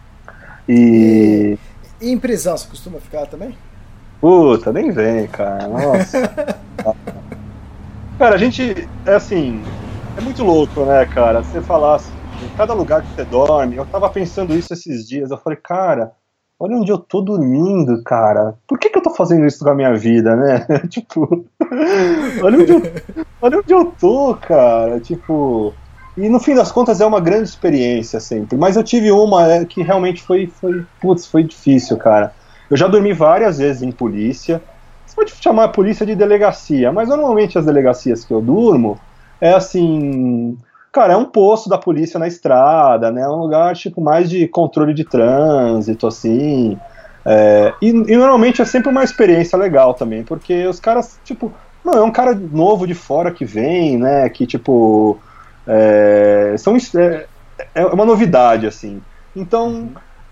E em prisão, você costuma ficar também? Puta, nem vem, cara. Nossa. Cara, a gente, assim, é muito louco, né, cara? Você falar assim, em cada lugar que você dorme. Eu tava pensando isso esses dias. Eu falei, cara, olha onde eu tô dormindo, cara. Por que eu tô fazendo isso com a minha vida, né? Tipo, olha onde eu tô, cara. Tipo, e no fim das contas é uma grande experiência sempre. Mas eu tive uma que realmente foi difícil, cara. Eu já dormi várias vezes em polícia. Você pode chamar a polícia de delegacia, mas normalmente as delegacias que eu durmo é assim... Cara, é um posto da polícia na estrada, né? É um lugar, tipo, mais de controle de trânsito, assim. E normalmente é sempre uma experiência legal também, porque os caras, tipo... Não, é um cara novo de fora que vem, né? Que, tipo... É uma novidade, assim. Então,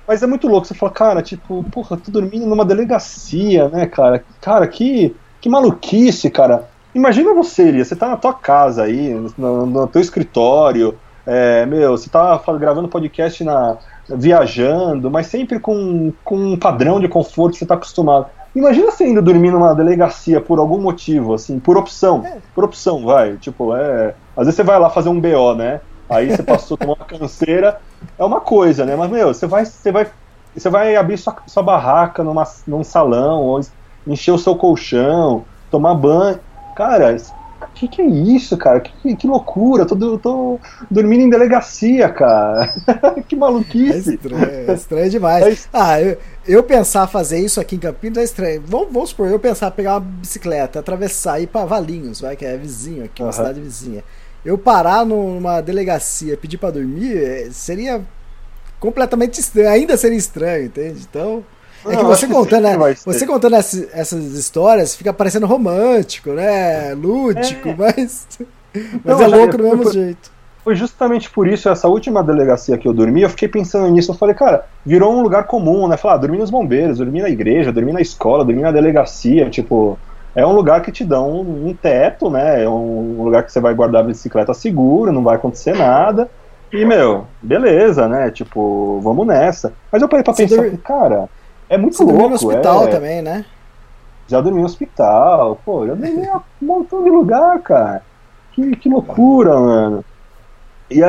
Mas é muito louco, você fala, cara, tipo, porra, tô dormindo numa delegacia, né, cara? Cara, que maluquice, cara. Imagina você, Elias, você tá na tua casa aí, no teu escritório, você tá gravando podcast viajando, mas sempre com um padrão de conforto que você tá acostumado. Imagina você indo dormir numa delegacia por algum motivo, assim, por opção, vai, tipo, às vezes você vai lá fazer um BO, né? Aí você passou, tomou uma canseira, é uma coisa, né? Mas, você vai abrir sua barraca num salão, ou encher o seu colchão, tomar banho. Cara, que é isso, cara? Que loucura, tô dormindo em delegacia, cara. Que maluquice. É estranho demais. Eu pensar fazer isso aqui em Campinas é estranho. Vamos supor, eu pensar pegar uma bicicleta, atravessar, ir pra Valinhos, que é vizinho aqui, uma cidade vizinha. Eu parar numa delegacia, pedir pra dormir, seria completamente estranho, ainda seria estranho, entende? Então, que você contando essas histórias fica parecendo romântico, né? Lúdico, mas é louco do mesmo jeito. Foi justamente por isso, essa última delegacia que eu dormi, eu fiquei pensando nisso, eu falei, cara, virou um lugar comum, né? Falar, dormi nos bombeiros, dormi na igreja, dormi na escola, dormi na delegacia, tipo... É um lugar que te dá um teto, né? É um lugar que você vai guardar a bicicleta seguro, não vai acontecer nada. E, beleza, né? Tipo, vamos nessa. Mas eu parei pra pensar, cara, é muito louco. Você dormiu no hospital também, né? Já dormi no hospital, pô, já dormi em um montão de lugar, cara. Que loucura, mano. E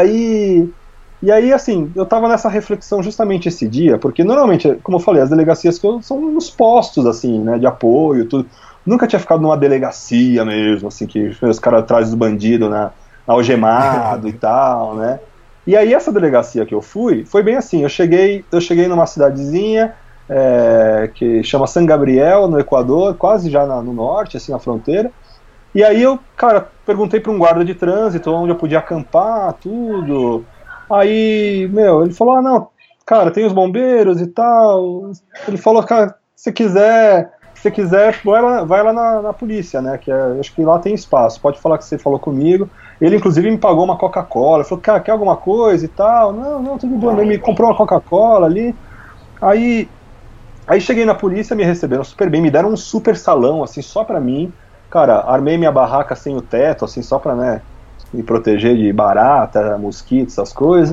aí, assim, eu tava nessa reflexão justamente esse dia, porque normalmente, como eu falei, as delegacias que eu são nos postos, assim, né, de apoio, tudo. Nunca tinha ficado numa delegacia mesmo, assim, que os caras atrás dos bandidos algemado e tal, né? E aí essa delegacia que eu fui, foi bem assim, eu cheguei numa cidadezinha que chama San Gabriel, no Equador, quase já no norte, assim, na fronteira. E aí eu, cara, perguntei para um guarda de trânsito onde eu podia acampar, tudo. Aí, ele falou, não, cara, tem os bombeiros e tal. Ele falou, cara, se quiser, vai lá na polícia, né, acho que lá tem espaço, pode falar que você falou comigo. Ele, inclusive, me pagou uma Coca-Cola, falou, cara, quer alguma coisa e tal? Não, tudo bom. Ele me comprou uma Coca-Cola ali. Aí cheguei na polícia, me receberam super bem, me deram um super salão, assim, só pra mim. Cara, armei minha barraca sem o teto, assim, só pra, né, me proteger de barata, mosquito, essas coisas.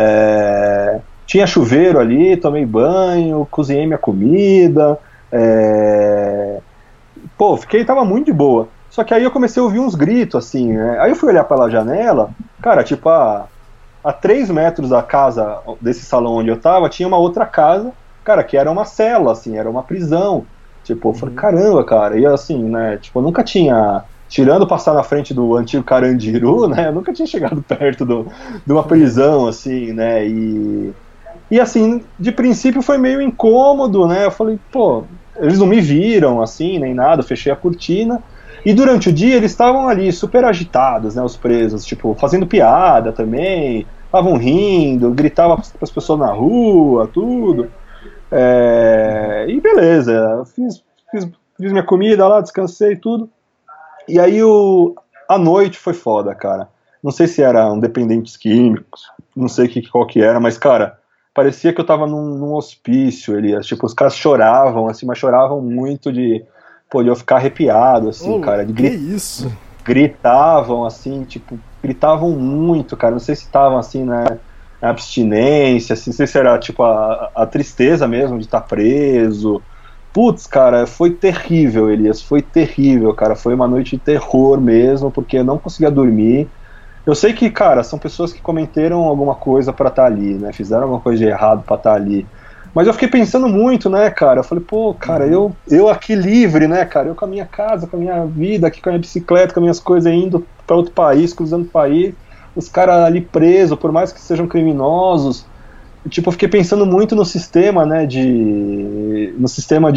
Tinha chuveiro ali, tomei banho, cozinhei minha comida. Tava muito de boa. Só que aí eu comecei a ouvir uns gritos, assim, né? Aí eu fui olhar pela janela, cara, tipo, a 3 metros da casa, desse salão onde eu tava, tinha uma outra casa, cara, que era uma cela, assim, era uma prisão. Tipo, eu falei, caramba, cara, e assim, né, tipo, eu nunca tinha, tirando passar na frente do antigo Carandiru, né, eu nunca tinha chegado perto de uma prisão, assim, né, e assim, de princípio foi meio incômodo, né, eu falei, pô, eles não me viram, assim, nem nada, eu fechei a cortina, e durante o dia eles estavam ali super agitados, né, os presos, tipo, fazendo piada também, estavam rindo, gritavam para as pessoas na rua, tudo. E beleza, fiz minha comida lá, descansei e tudo. E aí a noite foi foda, cara. Não sei se eram dependentes químicos, não sei qual que era, mas, cara, parecia que eu tava num hospício, Elias. Tipo, os caras choravam, assim, mas choravam muito de eu ficar arrepiado, assim, cara. Que isso? Gritavam, assim, tipo, gritavam muito, cara. Não sei se estavam, assim, né, na abstinência, assim, não sei se era, tipo, a tristeza mesmo de estar preso. Putz, cara, foi terrível, Elias, foi terrível, cara. Foi uma noite de terror mesmo, porque eu não conseguia dormir. Eu sei que, cara, são pessoas que cometeram alguma coisa pra estar ali, né, fizeram alguma coisa de errado pra estar ali. Mas eu fiquei pensando muito, né, cara, eu falei, pô, cara, eu aqui livre, né, cara, eu com a minha casa, com a minha vida, aqui com a minha bicicleta, com as minhas coisas, indo pra outro país, cruzando o país, os caras ali presos, por mais que sejam criminosos. Tipo, eu fiquei pensando muito no sistema, né, no sistema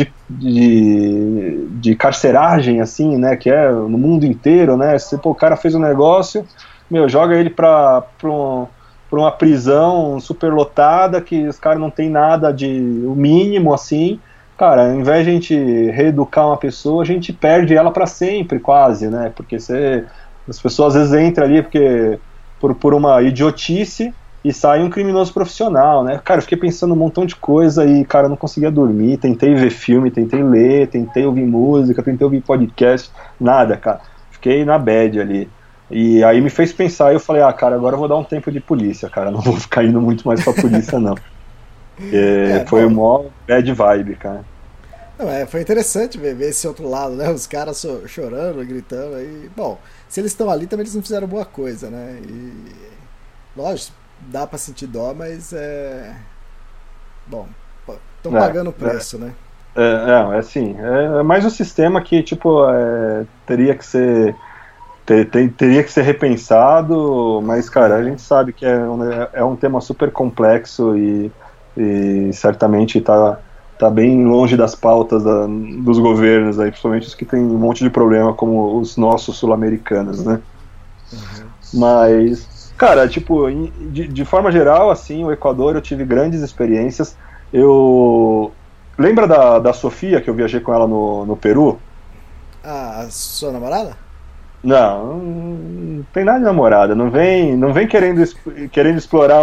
de carceragem, assim, né, que é no mundo inteiro, né, se o cara fez um negócio, joga ele pra uma prisão super lotada, que os caras não tem nada o mínimo, assim, cara, ao invés de a gente reeducar uma pessoa, a gente perde ela pra sempre, quase, né, porque as pessoas às vezes entram ali por uma idiotice, e sai um criminoso profissional, né? Cara, eu fiquei pensando um montão de coisa e, cara, eu não conseguia dormir, tentei ver filme, tentei ler, tentei ouvir música, tentei ouvir podcast, nada, cara. Fiquei na bad ali. E aí me fez pensar, e eu falei, cara, agora eu vou dar um tempo de polícia, cara, não vou ficar indo muito mais pra polícia, não. Foi o maior bad vibe, cara. Não, foi interessante ver esse outro lado, né? Os caras chorando, gritando aí. Bom, se eles estão ali, também eles não fizeram boa coisa, né? E lógico, dá pra sentir dó, mas bom, estão pagando o preço, né? Assim, é mais um sistema que, tipo, teria que ser repensado, mas, cara, a gente sabe que é um tema super complexo e certamente tá bem longe das pautas dos governos, aí, principalmente os que tem um monte de problema, como os nossos sul-americanos, né? Uhum. Mas, cara, tipo, de forma geral, assim, o Equador eu tive grandes experiências. Lembra da Sofia, que eu viajei com ela no Peru? A sua namorada? Não tem nada de namorada, não vem querendo explorar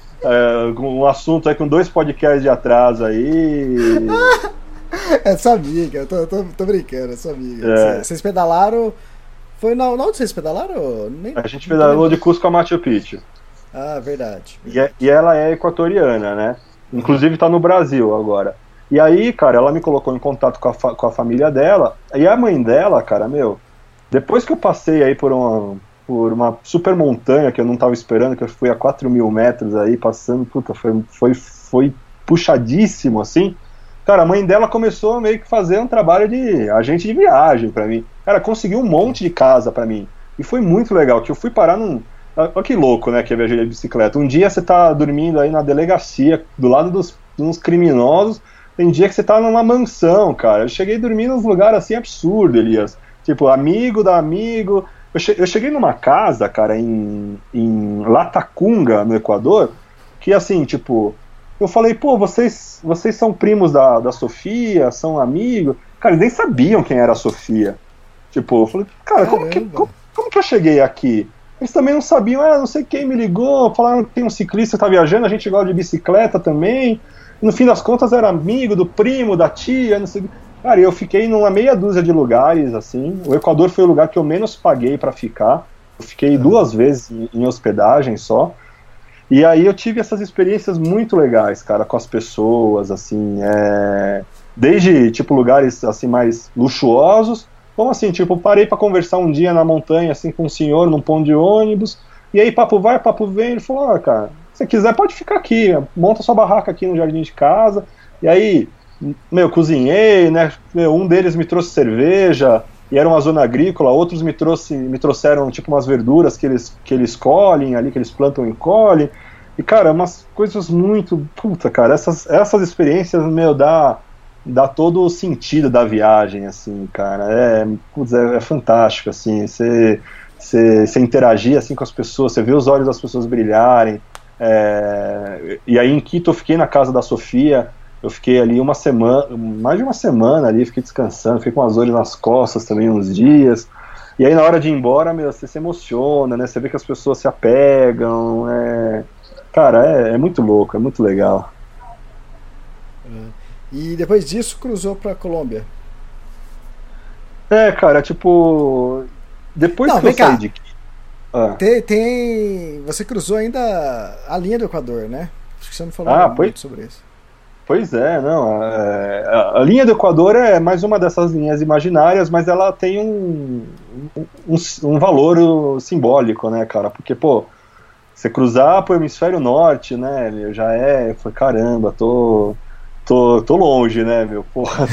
um assunto aí com 2 podcasts de atraso aí. É sua amiga, eu tô brincando, é sua amiga. Vocês pedalaram. Foi onde vocês pedalaram? A gente pedalou de Cusco a Machu Picchu. Ah, verdade. E ela é equatoriana, né? Inclusive tá no Brasil agora. E aí, cara, ela me colocou em contato com a família dela. E a mãe dela, cara, depois que eu passei aí por uma super montanha que eu não tava esperando, que eu fui a 4.000 metros aí, passando, puta, foi puxadíssimo, assim. Cara, a mãe dela começou a meio que fazer um trabalho de agente de viagem pra mim. Cara, conseguiu um monte de casa pra mim. E foi muito legal, que eu fui parar olha que louco, né, que é viajar de bicicleta. Um dia você tá dormindo aí na delegacia, do lado de uns criminosos, tem dia que você tá numa mansão, cara. Eu cheguei a dormir num lugar assim absurdo, Elias. Tipo, amigo da amigo. Eu cheguei numa casa, cara, em Latacunga, no Equador, que assim, tipo, eu falei, pô, vocês são primos da Sofia, são amigos? Cara, eles nem sabiam quem era a Sofia. Tipo, eu falei, cara, como que eu cheguei aqui? Eles também não sabiam, não sei quem me ligou, falaram que tem um ciclista que tá viajando, a gente gosta de bicicleta também. No fim das contas era amigo do primo, da tia, não sei. Cara, eu fiquei numa meia dúzia de lugares, assim. O Equador foi o lugar que eu menos paguei pra ficar. Eu fiquei 2 vezes em hospedagem só. E aí eu tive essas experiências muito legais, cara, com as pessoas, assim. Desde, tipo, lugares, assim, mais luxuosos. Como assim, tipo, parei pra conversar um dia na montanha, assim, com um senhor num ponto de ônibus. E aí, papo vai, papo vem. Ele falou, cara, se você quiser pode ficar aqui. Monta sua barraca aqui no jardim de casa. E aí... cozinhei, né? Um deles me trouxe cerveja, e era uma zona agrícola, outros me trouxeram tipo umas verduras que eles colhem ali, que eles plantam e colhem. E, cara, umas coisas muito... Puta, cara, essas experiências, dá todo o sentido da viagem, assim, cara. É fantástico, assim, você interagir assim com as pessoas, você vê os olhos das pessoas brilharem. E aí em Quito eu fiquei na casa da Sofia. Eu fiquei ali uma semana, mais de uma semana ali, fiquei descansando, fiquei com as dores nas costas também uns dias. E aí na hora de ir embora, você se emociona, né? Você vê que as pessoas se apegam. Cara, é muito louco, é muito legal. E depois disso cruzou pra Colômbia? Cara, tipo... Depois que eu saí de Quito... Você cruzou ainda a linha do Equador, né? Acho que você não falou muito sobre isso. Pois não. A linha do Equador é mais uma dessas linhas imaginárias, mas ela tem um valor simbólico, né, cara? Porque, pô, você cruzar pro hemisfério norte, né, meu, foi caramba, tô longe, né, meu, porra,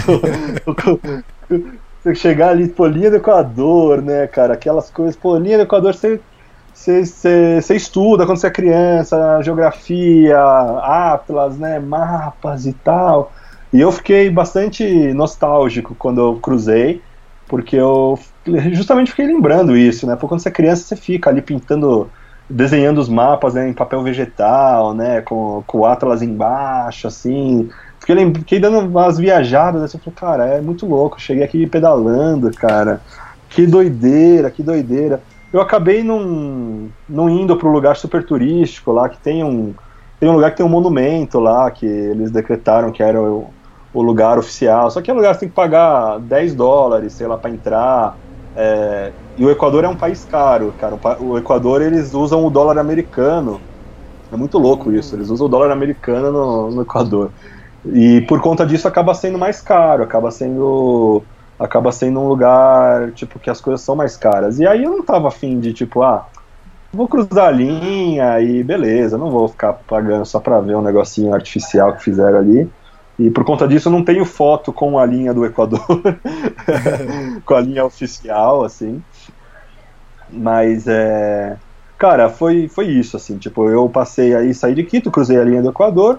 você chegar ali, pô, linha do Equador, né, cara, aquelas coisas, pô, linha do Equador, você estuda quando você é criança, geografia, atlas, né, mapas e tal. E eu fiquei bastante nostálgico quando eu cruzei, porque eu justamente fiquei lembrando isso, né? Porque quando você é criança, você fica ali desenhando os mapas, né, em papel vegetal, né, com o atlas embaixo, assim. Fiquei dando umas viajadas, assim, eu falei, cara, é muito louco. Cheguei aqui pedalando, cara. Que doideira, que doideira. eu acabei não indo para um lugar super turístico lá, que tem um lugar que tem um monumento lá, que eles decretaram que era o lugar oficial, só que é um lugar que você tem que pagar $10, sei lá, para entrar, e o Equador é um país caro, cara. O Equador, eles usam o dólar americano, é muito louco isso, eles usam o dólar americano no Equador, e por conta disso acaba sendo mais caro, acaba sendo um lugar, tipo, que as coisas são mais caras. E aí eu não tava afim de, tipo, vou cruzar a linha e beleza, não vou ficar pagando só pra ver um negocinho artificial que fizeram ali. E por conta disso eu não tenho foto com a linha do Equador, com a linha oficial, assim. Mas, cara, foi isso, assim, tipo, eu passei aí, saí de Quito, cruzei a linha do Equador,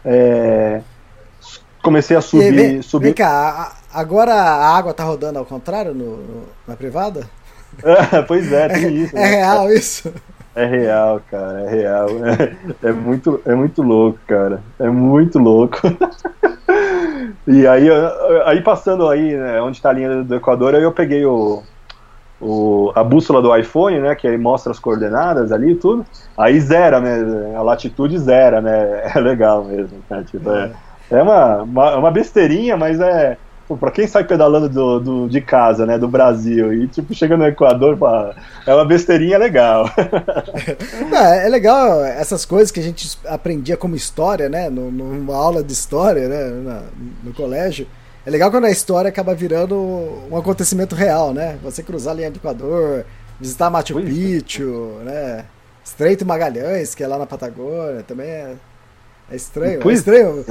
comecei a subir... Vem cá, agora a água tá rodando ao contrário na privada? Pois é, tem isso. É real isso? É real, cara, é real. É muito louco, cara. É muito louco. E aí passando aí, né, onde tá a linha do Equador, aí eu peguei a bússola do iPhone, né, que aí mostra as coordenadas ali e tudo. Aí zera, né, a latitude zera, né, é legal mesmo, né, tipo, é uma besteirinha, mas pra quem sai pedalando de casa, né, do Brasil, e tipo, chega no Equador, é uma besteirinha legal. É legal essas coisas que a gente aprendia como história, né, numa aula de história, né, no colégio. É legal quando a história acaba virando um acontecimento real, né, você cruzar a linha do Equador, visitar Machu Picchu, né, Estreito Magalhães, que é lá na Patagônia, também é estranho. É estranho.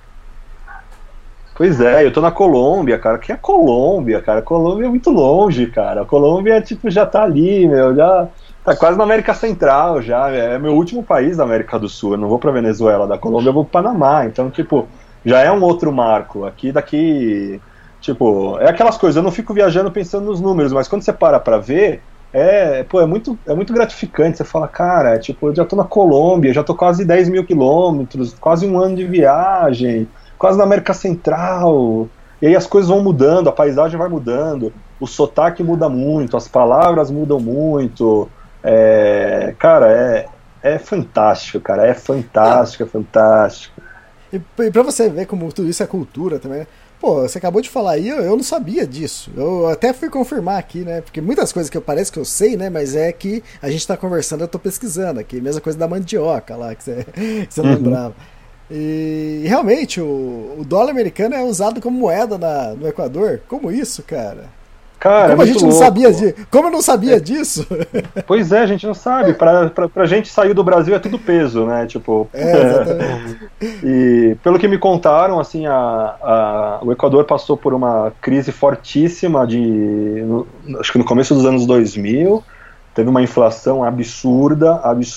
Pois é, eu tô na Colômbia, cara. Que é Colômbia, cara? A Colômbia é muito longe, cara. A Colômbia, tipo, já tá ali, já tá quase na América Central, já. É meu último país da América do Sul. Eu não vou pra Venezuela, da Colômbia eu vou pro Panamá. Então, tipo, já é um outro marco. Daqui, tipo, é aquelas coisas. Eu não fico viajando pensando nos números, mas quando você para pra ver, é muito gratificante. Você fala, cara, tipo, eu já tô na Colômbia, já tô quase 10 mil quilômetros, quase um ano de viagem, quase na América Central, e aí as coisas vão mudando, a paisagem vai mudando, o sotaque muda muito, as palavras mudam muito, cara, é fantástico, cara, é fantástico. E pra você ver como tudo isso é cultura também, né? Pô, você acabou de falar aí, eu não sabia disso, eu até fui confirmar aqui, né, porque muitas coisas que parece que eu sei, né, mas é que a gente tá conversando, eu tô pesquisando aqui, mesma coisa da mandioca lá, que você não lembrava. E realmente o dólar americano é usado como moeda no Equador. Como isso, cara? Como a gente não sabia Como eu não sabia disso? Pois é, a gente não sabe. Pra gente sair do Brasil é tudo peso, né? Tipo. Exatamente. E pelo que me contaram, assim, o Equador passou por uma crise fortíssima acho que no começo dos anos 2000, teve uma inflação absurda.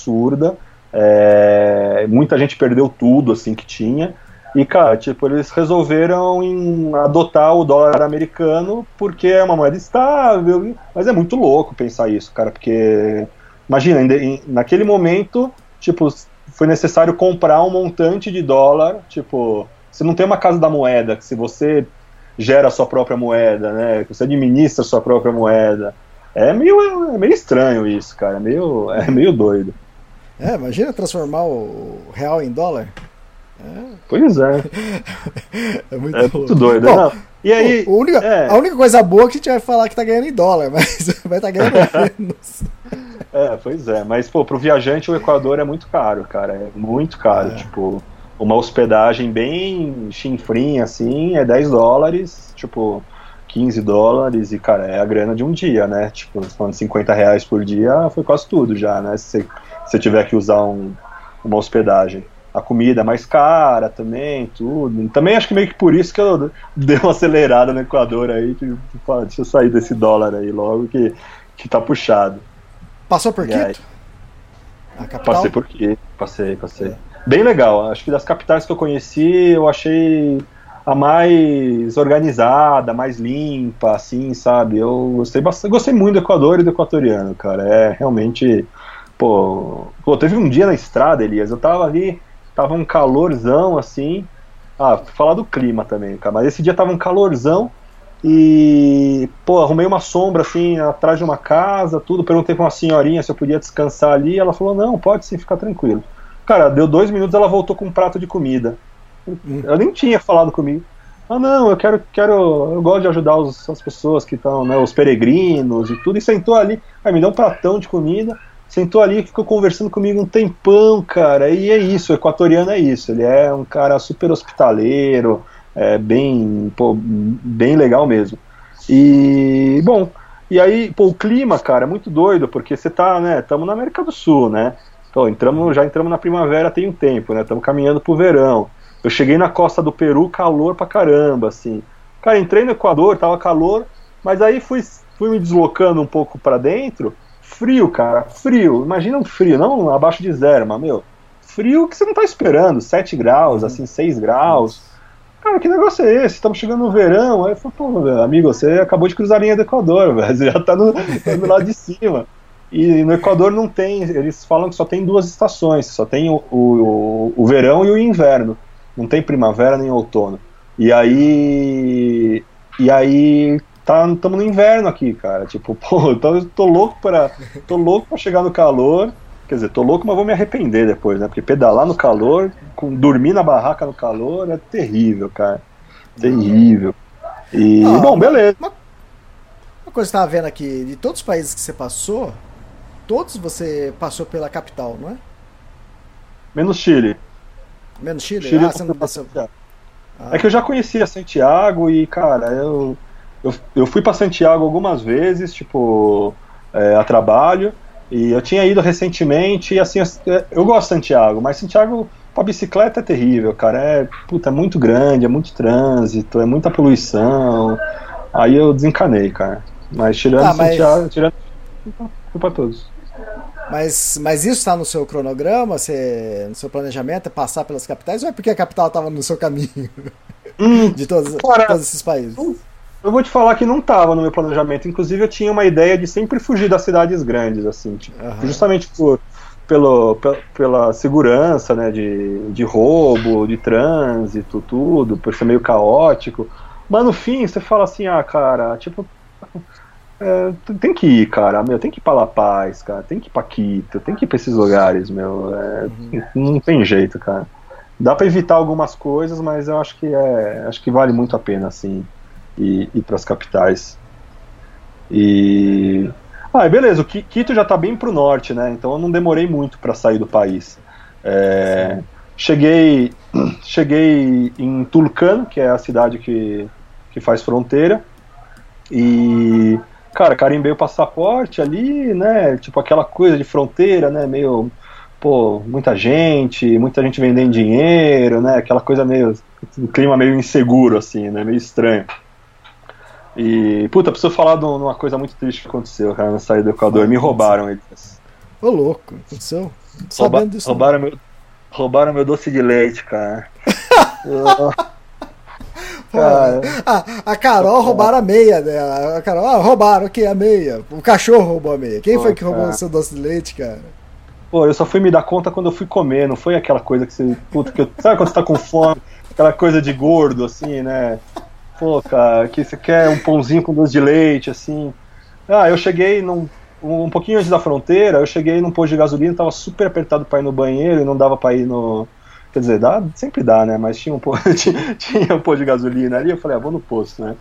Muita gente perdeu tudo assim que tinha, e cara, tipo, eles resolveram adotar o dólar americano porque é uma moeda estável, mas é muito louco pensar isso, cara, porque imagina, naquele momento, tipo, foi necessário comprar um montante de dólar, tipo, você não tem uma casa da moeda, que se você gera a sua própria moeda, né, que você administra a sua própria moeda, é meio estranho isso, cara, é meio doido. Imagina transformar o real em dólar. Pois é. É muito doido. Bom, não. E aí, a única coisa boa é que a gente vai falar que tá ganhando em dólar, mas vai estar ganhando menos. Pois é. Mas, pô, pro viajante o Equador é muito caro, cara. É muito caro. Tipo, uma hospedagem bem chinfrinha, assim, é $10, tipo, $15, e, cara, é a grana de um dia, né? Tipo, falando R$50 por dia, foi quase tudo já, né? Se você tiver que usar uma hospedagem. A comida é mais cara também, tudo. Também acho que meio que por isso que eu dei uma acelerada no Equador aí, que deixa eu sair desse dólar aí logo, que tá puxado. Passou por Quito? A capital? Passei por Quito, passei. Bem legal, acho que das capitais que eu conheci, eu achei a mais organizada, mais limpa, assim, sabe? Eu gostei bastante, gostei muito do Equador e do equatoriano, cara. É realmente... Pô, teve um dia na estrada, Elias, eu tava ali, tava um calorzão, assim, falar do clima também, cara, mas esse dia tava um calorzão, E, pô, arrumei uma sombra, assim, atrás de uma casa, tudo, perguntei pra uma senhorinha se eu podia descansar ali, ela falou, não, pode sim, fica tranquilo. Cara, deu 2 minutos, ela voltou com um prato de comida. Eu nem tinha falado comigo. Ah, não, eu gosto de ajudar as pessoas que estão, né, os peregrinos e tudo, e sentou ali, aí me deu um pratão de comida, sentou ali e ficou conversando comigo um tempão, cara, e é isso, o equatoriano é isso, ele é um cara super hospitaleiro, bem legal mesmo. E, bom, e aí, pô, o clima, cara, é muito doido, porque você tá, né, estamos na América do Sul, né, então já entramos na primavera tem um tempo, né, estamos caminhando pro verão. Eu cheguei na costa do Peru, calor pra caramba, assim. Cara, entrei no Equador, tava calor, mas aí fui me deslocando um pouco pra dentro, frio, cara, frio. Imagina um frio, não abaixo de 0, mas, meu, frio que você não tá esperando, 7 graus, assim, 6 graus. Cara, que negócio é esse? Estamos chegando no verão. Aí eu falei, pô, meu amigo, você acabou de cruzar a linha do Equador, velho, você já tá do lado de cima. E no Equador não tem, eles falam que só tem 2 estações, só tem o verão e o inverno. Não tem primavera nem outono. E aí estamos no inverno aqui, cara. Tipo, pô, eu tô louco pra chegar no calor. Quer dizer, tô louco, mas vou me arrepender depois, né? Porque pedalar no calor, dormir na barraca no calor é terrível, cara. Terrível. E, bom, beleza. Uma coisa que eu tava vendo aqui, de todos os países que você passou, todos você passou pela capital, não é? Menos Chile. Menos Chile? Chile Você não desceu. É que eu já conhecia Santiago e, cara, eu fui pra Santiago algumas vezes, tipo, a trabalho, e eu tinha ido recentemente, e assim, eu gosto de Santiago, mas Santiago pra bicicleta é terrível, cara, é muito grande, é muito trânsito, é muita poluição, aí eu desencanei, cara, mas tirando Santiago, fui pra todos. Mas isso está no seu cronograma, no seu planejamento, é passar pelas capitais, ou é porque a capital estava no seu caminho de todos esses países? Eu vou te falar que não estava no meu planejamento, inclusive eu tinha uma ideia de sempre fugir das cidades grandes, assim, tipo, justamente pela segurança, né, de roubo, de trânsito, tudo, por ser meio caótico, mas no fim você fala assim, cara, tipo... tem que ir, cara, meu, tem que ir pra La Paz, cara, tem que ir pra Quito, tem que ir pra esses lugares, meu, não tem jeito, cara. Dá pra evitar algumas coisas, mas eu acho que vale muito a pena, assim, ir pras capitais. E beleza, o Quito já tá bem pro norte, né, então eu não demorei muito pra sair do país. Cheguei em Tulcán, que é a cidade que faz fronteira, e... Cara, carimbei o passaporte ali, né, tipo aquela coisa de fronteira, né, meio, pô, muita gente vendendo dinheiro, né, aquela coisa meio, um clima meio inseguro, assim, né, meio estranho. E, puta, preciso falar de uma coisa muito triste que aconteceu, cara, na saída do Equador, me roubaram eles. Ô, louco, aconteceu? Sabendo disso. Roubaram meu doce de leite, cara. A Carol roubaram a meia dela. A Carol, roubaram aqui a meia. O cachorro roubou a meia. Quem foi que roubou o seu doce de leite, cara? Pô, eu só fui me dar conta quando eu fui comer. Não foi aquela coisa que você... sabe quando você tá com fome? Aquela coisa de gordo, assim, né? Pô, cara, que você quer um pãozinho com doce de leite, assim. Eu cheguei um pouquinho antes da fronteira, eu cheguei num posto de gasolina, tava super apertado pra ir no banheiro e não dava pra ir no... Quer dizer, sempre dá, né? Mas tinha um posto de gasolina ali, eu falei, vou no posto, né?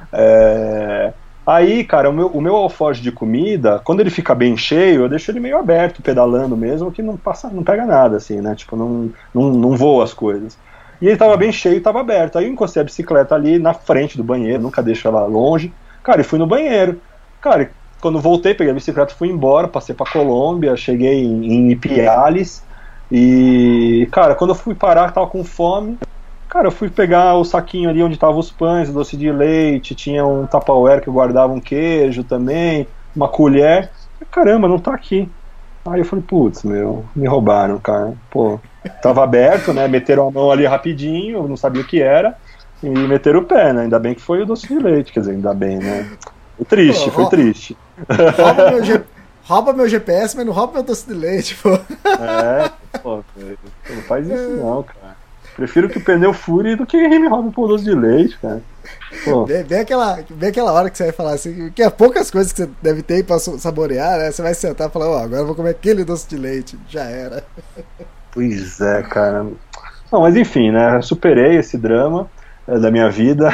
Aí, cara, o meu alforje de comida, quando ele fica bem cheio, eu deixo ele meio aberto, pedalando mesmo, que não pega nada, assim, né? Tipo, não voa as coisas. E ele tava bem cheio, tava aberto. Aí eu encostei a bicicleta ali na frente do banheiro, nunca deixo ela longe. Cara, e fui no banheiro. Cara, quando voltei, peguei a bicicleta, fui embora, passei pra Colômbia, cheguei em Ipiales. E, cara, quando eu fui parar, tava com fome. Cara, eu fui pegar o saquinho ali onde tava os pães, o doce de leite, tinha um Tupperware que eu guardava um queijo também, uma colher. Caramba, não tá aqui. Aí eu falei, putz, meu, me roubaram, cara. Pô, tava aberto, né? Meteram a mão ali rapidinho, eu não sabia o que era, e meteram o pé, né? Ainda bem que foi o doce de leite, quer dizer, ainda bem, né? Foi triste, foi triste. Rouba meu GPS, mas não rouba meu doce de leite, pô. Pô, não faz isso não, cara. Prefiro que o pneu fure do que me roube um doce de leite, cara. Bem aquela hora que você vai falar assim, que é poucas coisas que você deve ter pra saborear, né? Você vai sentar e falar, agora eu vou comer aquele doce de leite. Já era. Pois é, cara. Não, mas enfim, né? Superei esse drama da minha vida.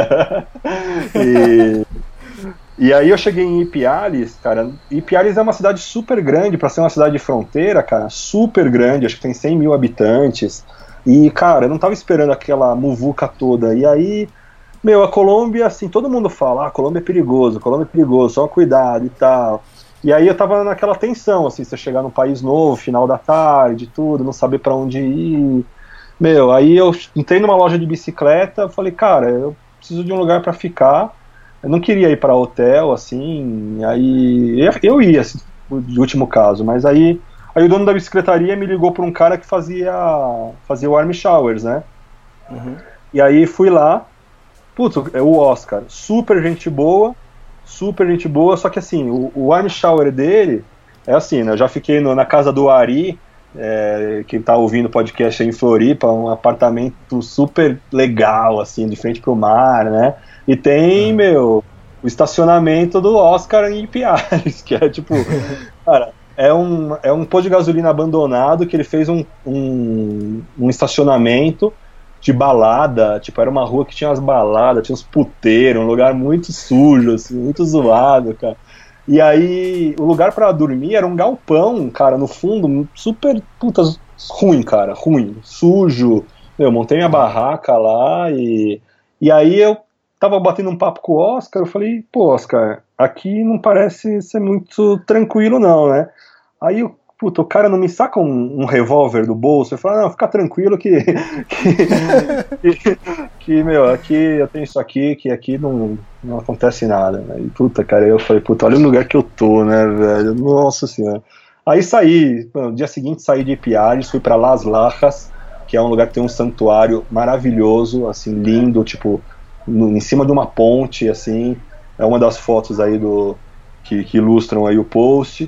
E aí eu cheguei em Ipiales, cara. Ipiales é uma cidade super grande, pra ser uma cidade de fronteira, cara, super grande, acho que tem 100 mil habitantes. E, cara, eu não tava esperando aquela muvuca toda. E aí, a Colômbia, assim, todo mundo fala, Colômbia é perigoso, só cuidado e tal. E aí eu tava naquela tensão, assim, você chegar num país novo, final da tarde, tudo, não saber pra onde ir. Aí eu entrei numa loja de bicicleta, falei, cara, eu preciso de um lugar pra ficar. Eu não queria ir pra hotel, assim, aí eu ia, assim, de último caso, mas aí o dono da bicicletaria me ligou pra um cara que fazia o Army Showers, né? Uhum. E aí fui lá, o Oscar, super gente boa, só que assim, o Army Shower dele é assim, né? Eu já fiquei na casa do Ari, quem tá ouvindo o podcast aí em Floripa, um apartamento super legal, assim, de frente pro mar, né? E tem, o estacionamento do Oscar em Ipiales, que é tipo, cara, é um posto de gasolina abandonado que ele fez um estacionamento de balada, tipo, era uma rua que tinha umas baladas, tinha uns puteiros, um lugar muito sujo, assim, muito zoado, cara. E aí, o lugar pra dormir era um galpão, cara, no fundo, super, ruim, cara, ruim, sujo. Montei minha barraca lá e aí eu tava batendo um papo com o Oscar, eu falei, Oscar, aqui não parece ser muito tranquilo não, né? Aí o cara não me saca um revólver do bolso, eu falo, não, fica tranquilo que aqui eu tenho isso aqui, que aqui não acontece nada, né? E cara, eu falei, olha o lugar que eu tô, né, velho, nossa senhora. Aí saí, no dia seguinte saí de Ipiales, fui pra Las Lajas, que é um lugar que tem um santuário maravilhoso, assim, lindo, tipo, em cima de uma ponte, assim, é uma das fotos aí que ilustram aí o post.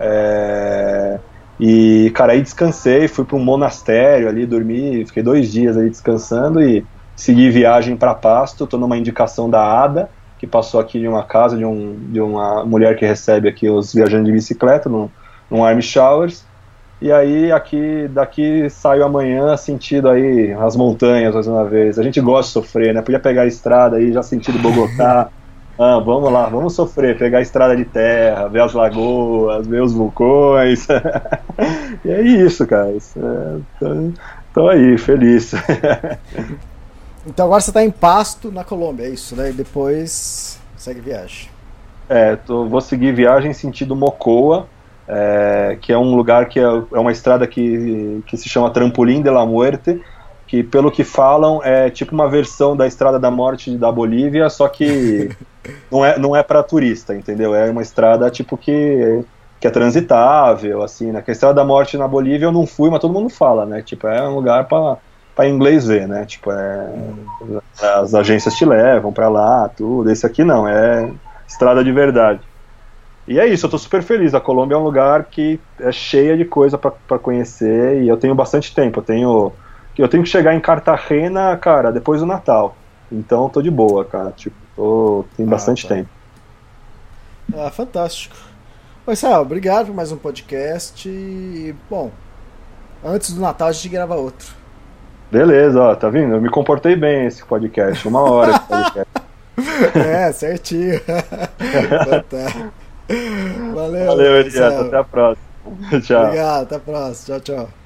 E, cara, aí descansei, fui para um monastério ali, dormi, fiquei 2 dias aí descansando e segui viagem para Pasto. Tô numa indicação da Ada, que passou aqui de uma casa de uma mulher que recebe aqui os viajantes de bicicleta num Army Showers. E aí daqui saio amanhã sentido aí as montanhas mais uma vez. A gente gosta de sofrer, né? Podia pegar a estrada aí, já sentido Bogotá. Vamos lá, vamos sofrer, pegar a estrada de terra, ver as lagoas, ver os vulcões. E é isso, cara. Tô aí, feliz. Então agora você tá em Pasto, na Colômbia, é isso, né? E depois segue viagem. Vou seguir viagem sentido Mocoa, que é um lugar que é uma estrada que se chama Trampolim de la Muerte, que pelo que falam é tipo uma versão da Estrada da Morte da Bolívia, só que não é para turista, entendeu? É uma estrada tipo que é transitável, assim, né? Que a Estrada da Morte na Bolívia eu não fui, mas todo mundo fala, né? Tipo, é um lugar para inglês ver, né? Tipo, as agências te levam para lá, tudo. Esse aqui não, é estrada de verdade. E é isso, eu tô super feliz. A Colômbia é um lugar que é cheia de coisa para conhecer e eu tenho bastante tempo. Eu tenho que chegar em Cartagena, cara, depois do Natal. Então tô de boa, cara. Tipo, tem bastante tempo. Fantástico. Oi, Israel, obrigado por mais um podcast. E, bom, antes do Natal a gente grava outro. Beleza, ó, tá vendo? Eu me comportei bem esse podcast. 1 hora esse podcast. Certinho. Tá. Valeu, Elias. Até a próxima. Tchau. Obrigado, até a próxima. Tchau, tchau.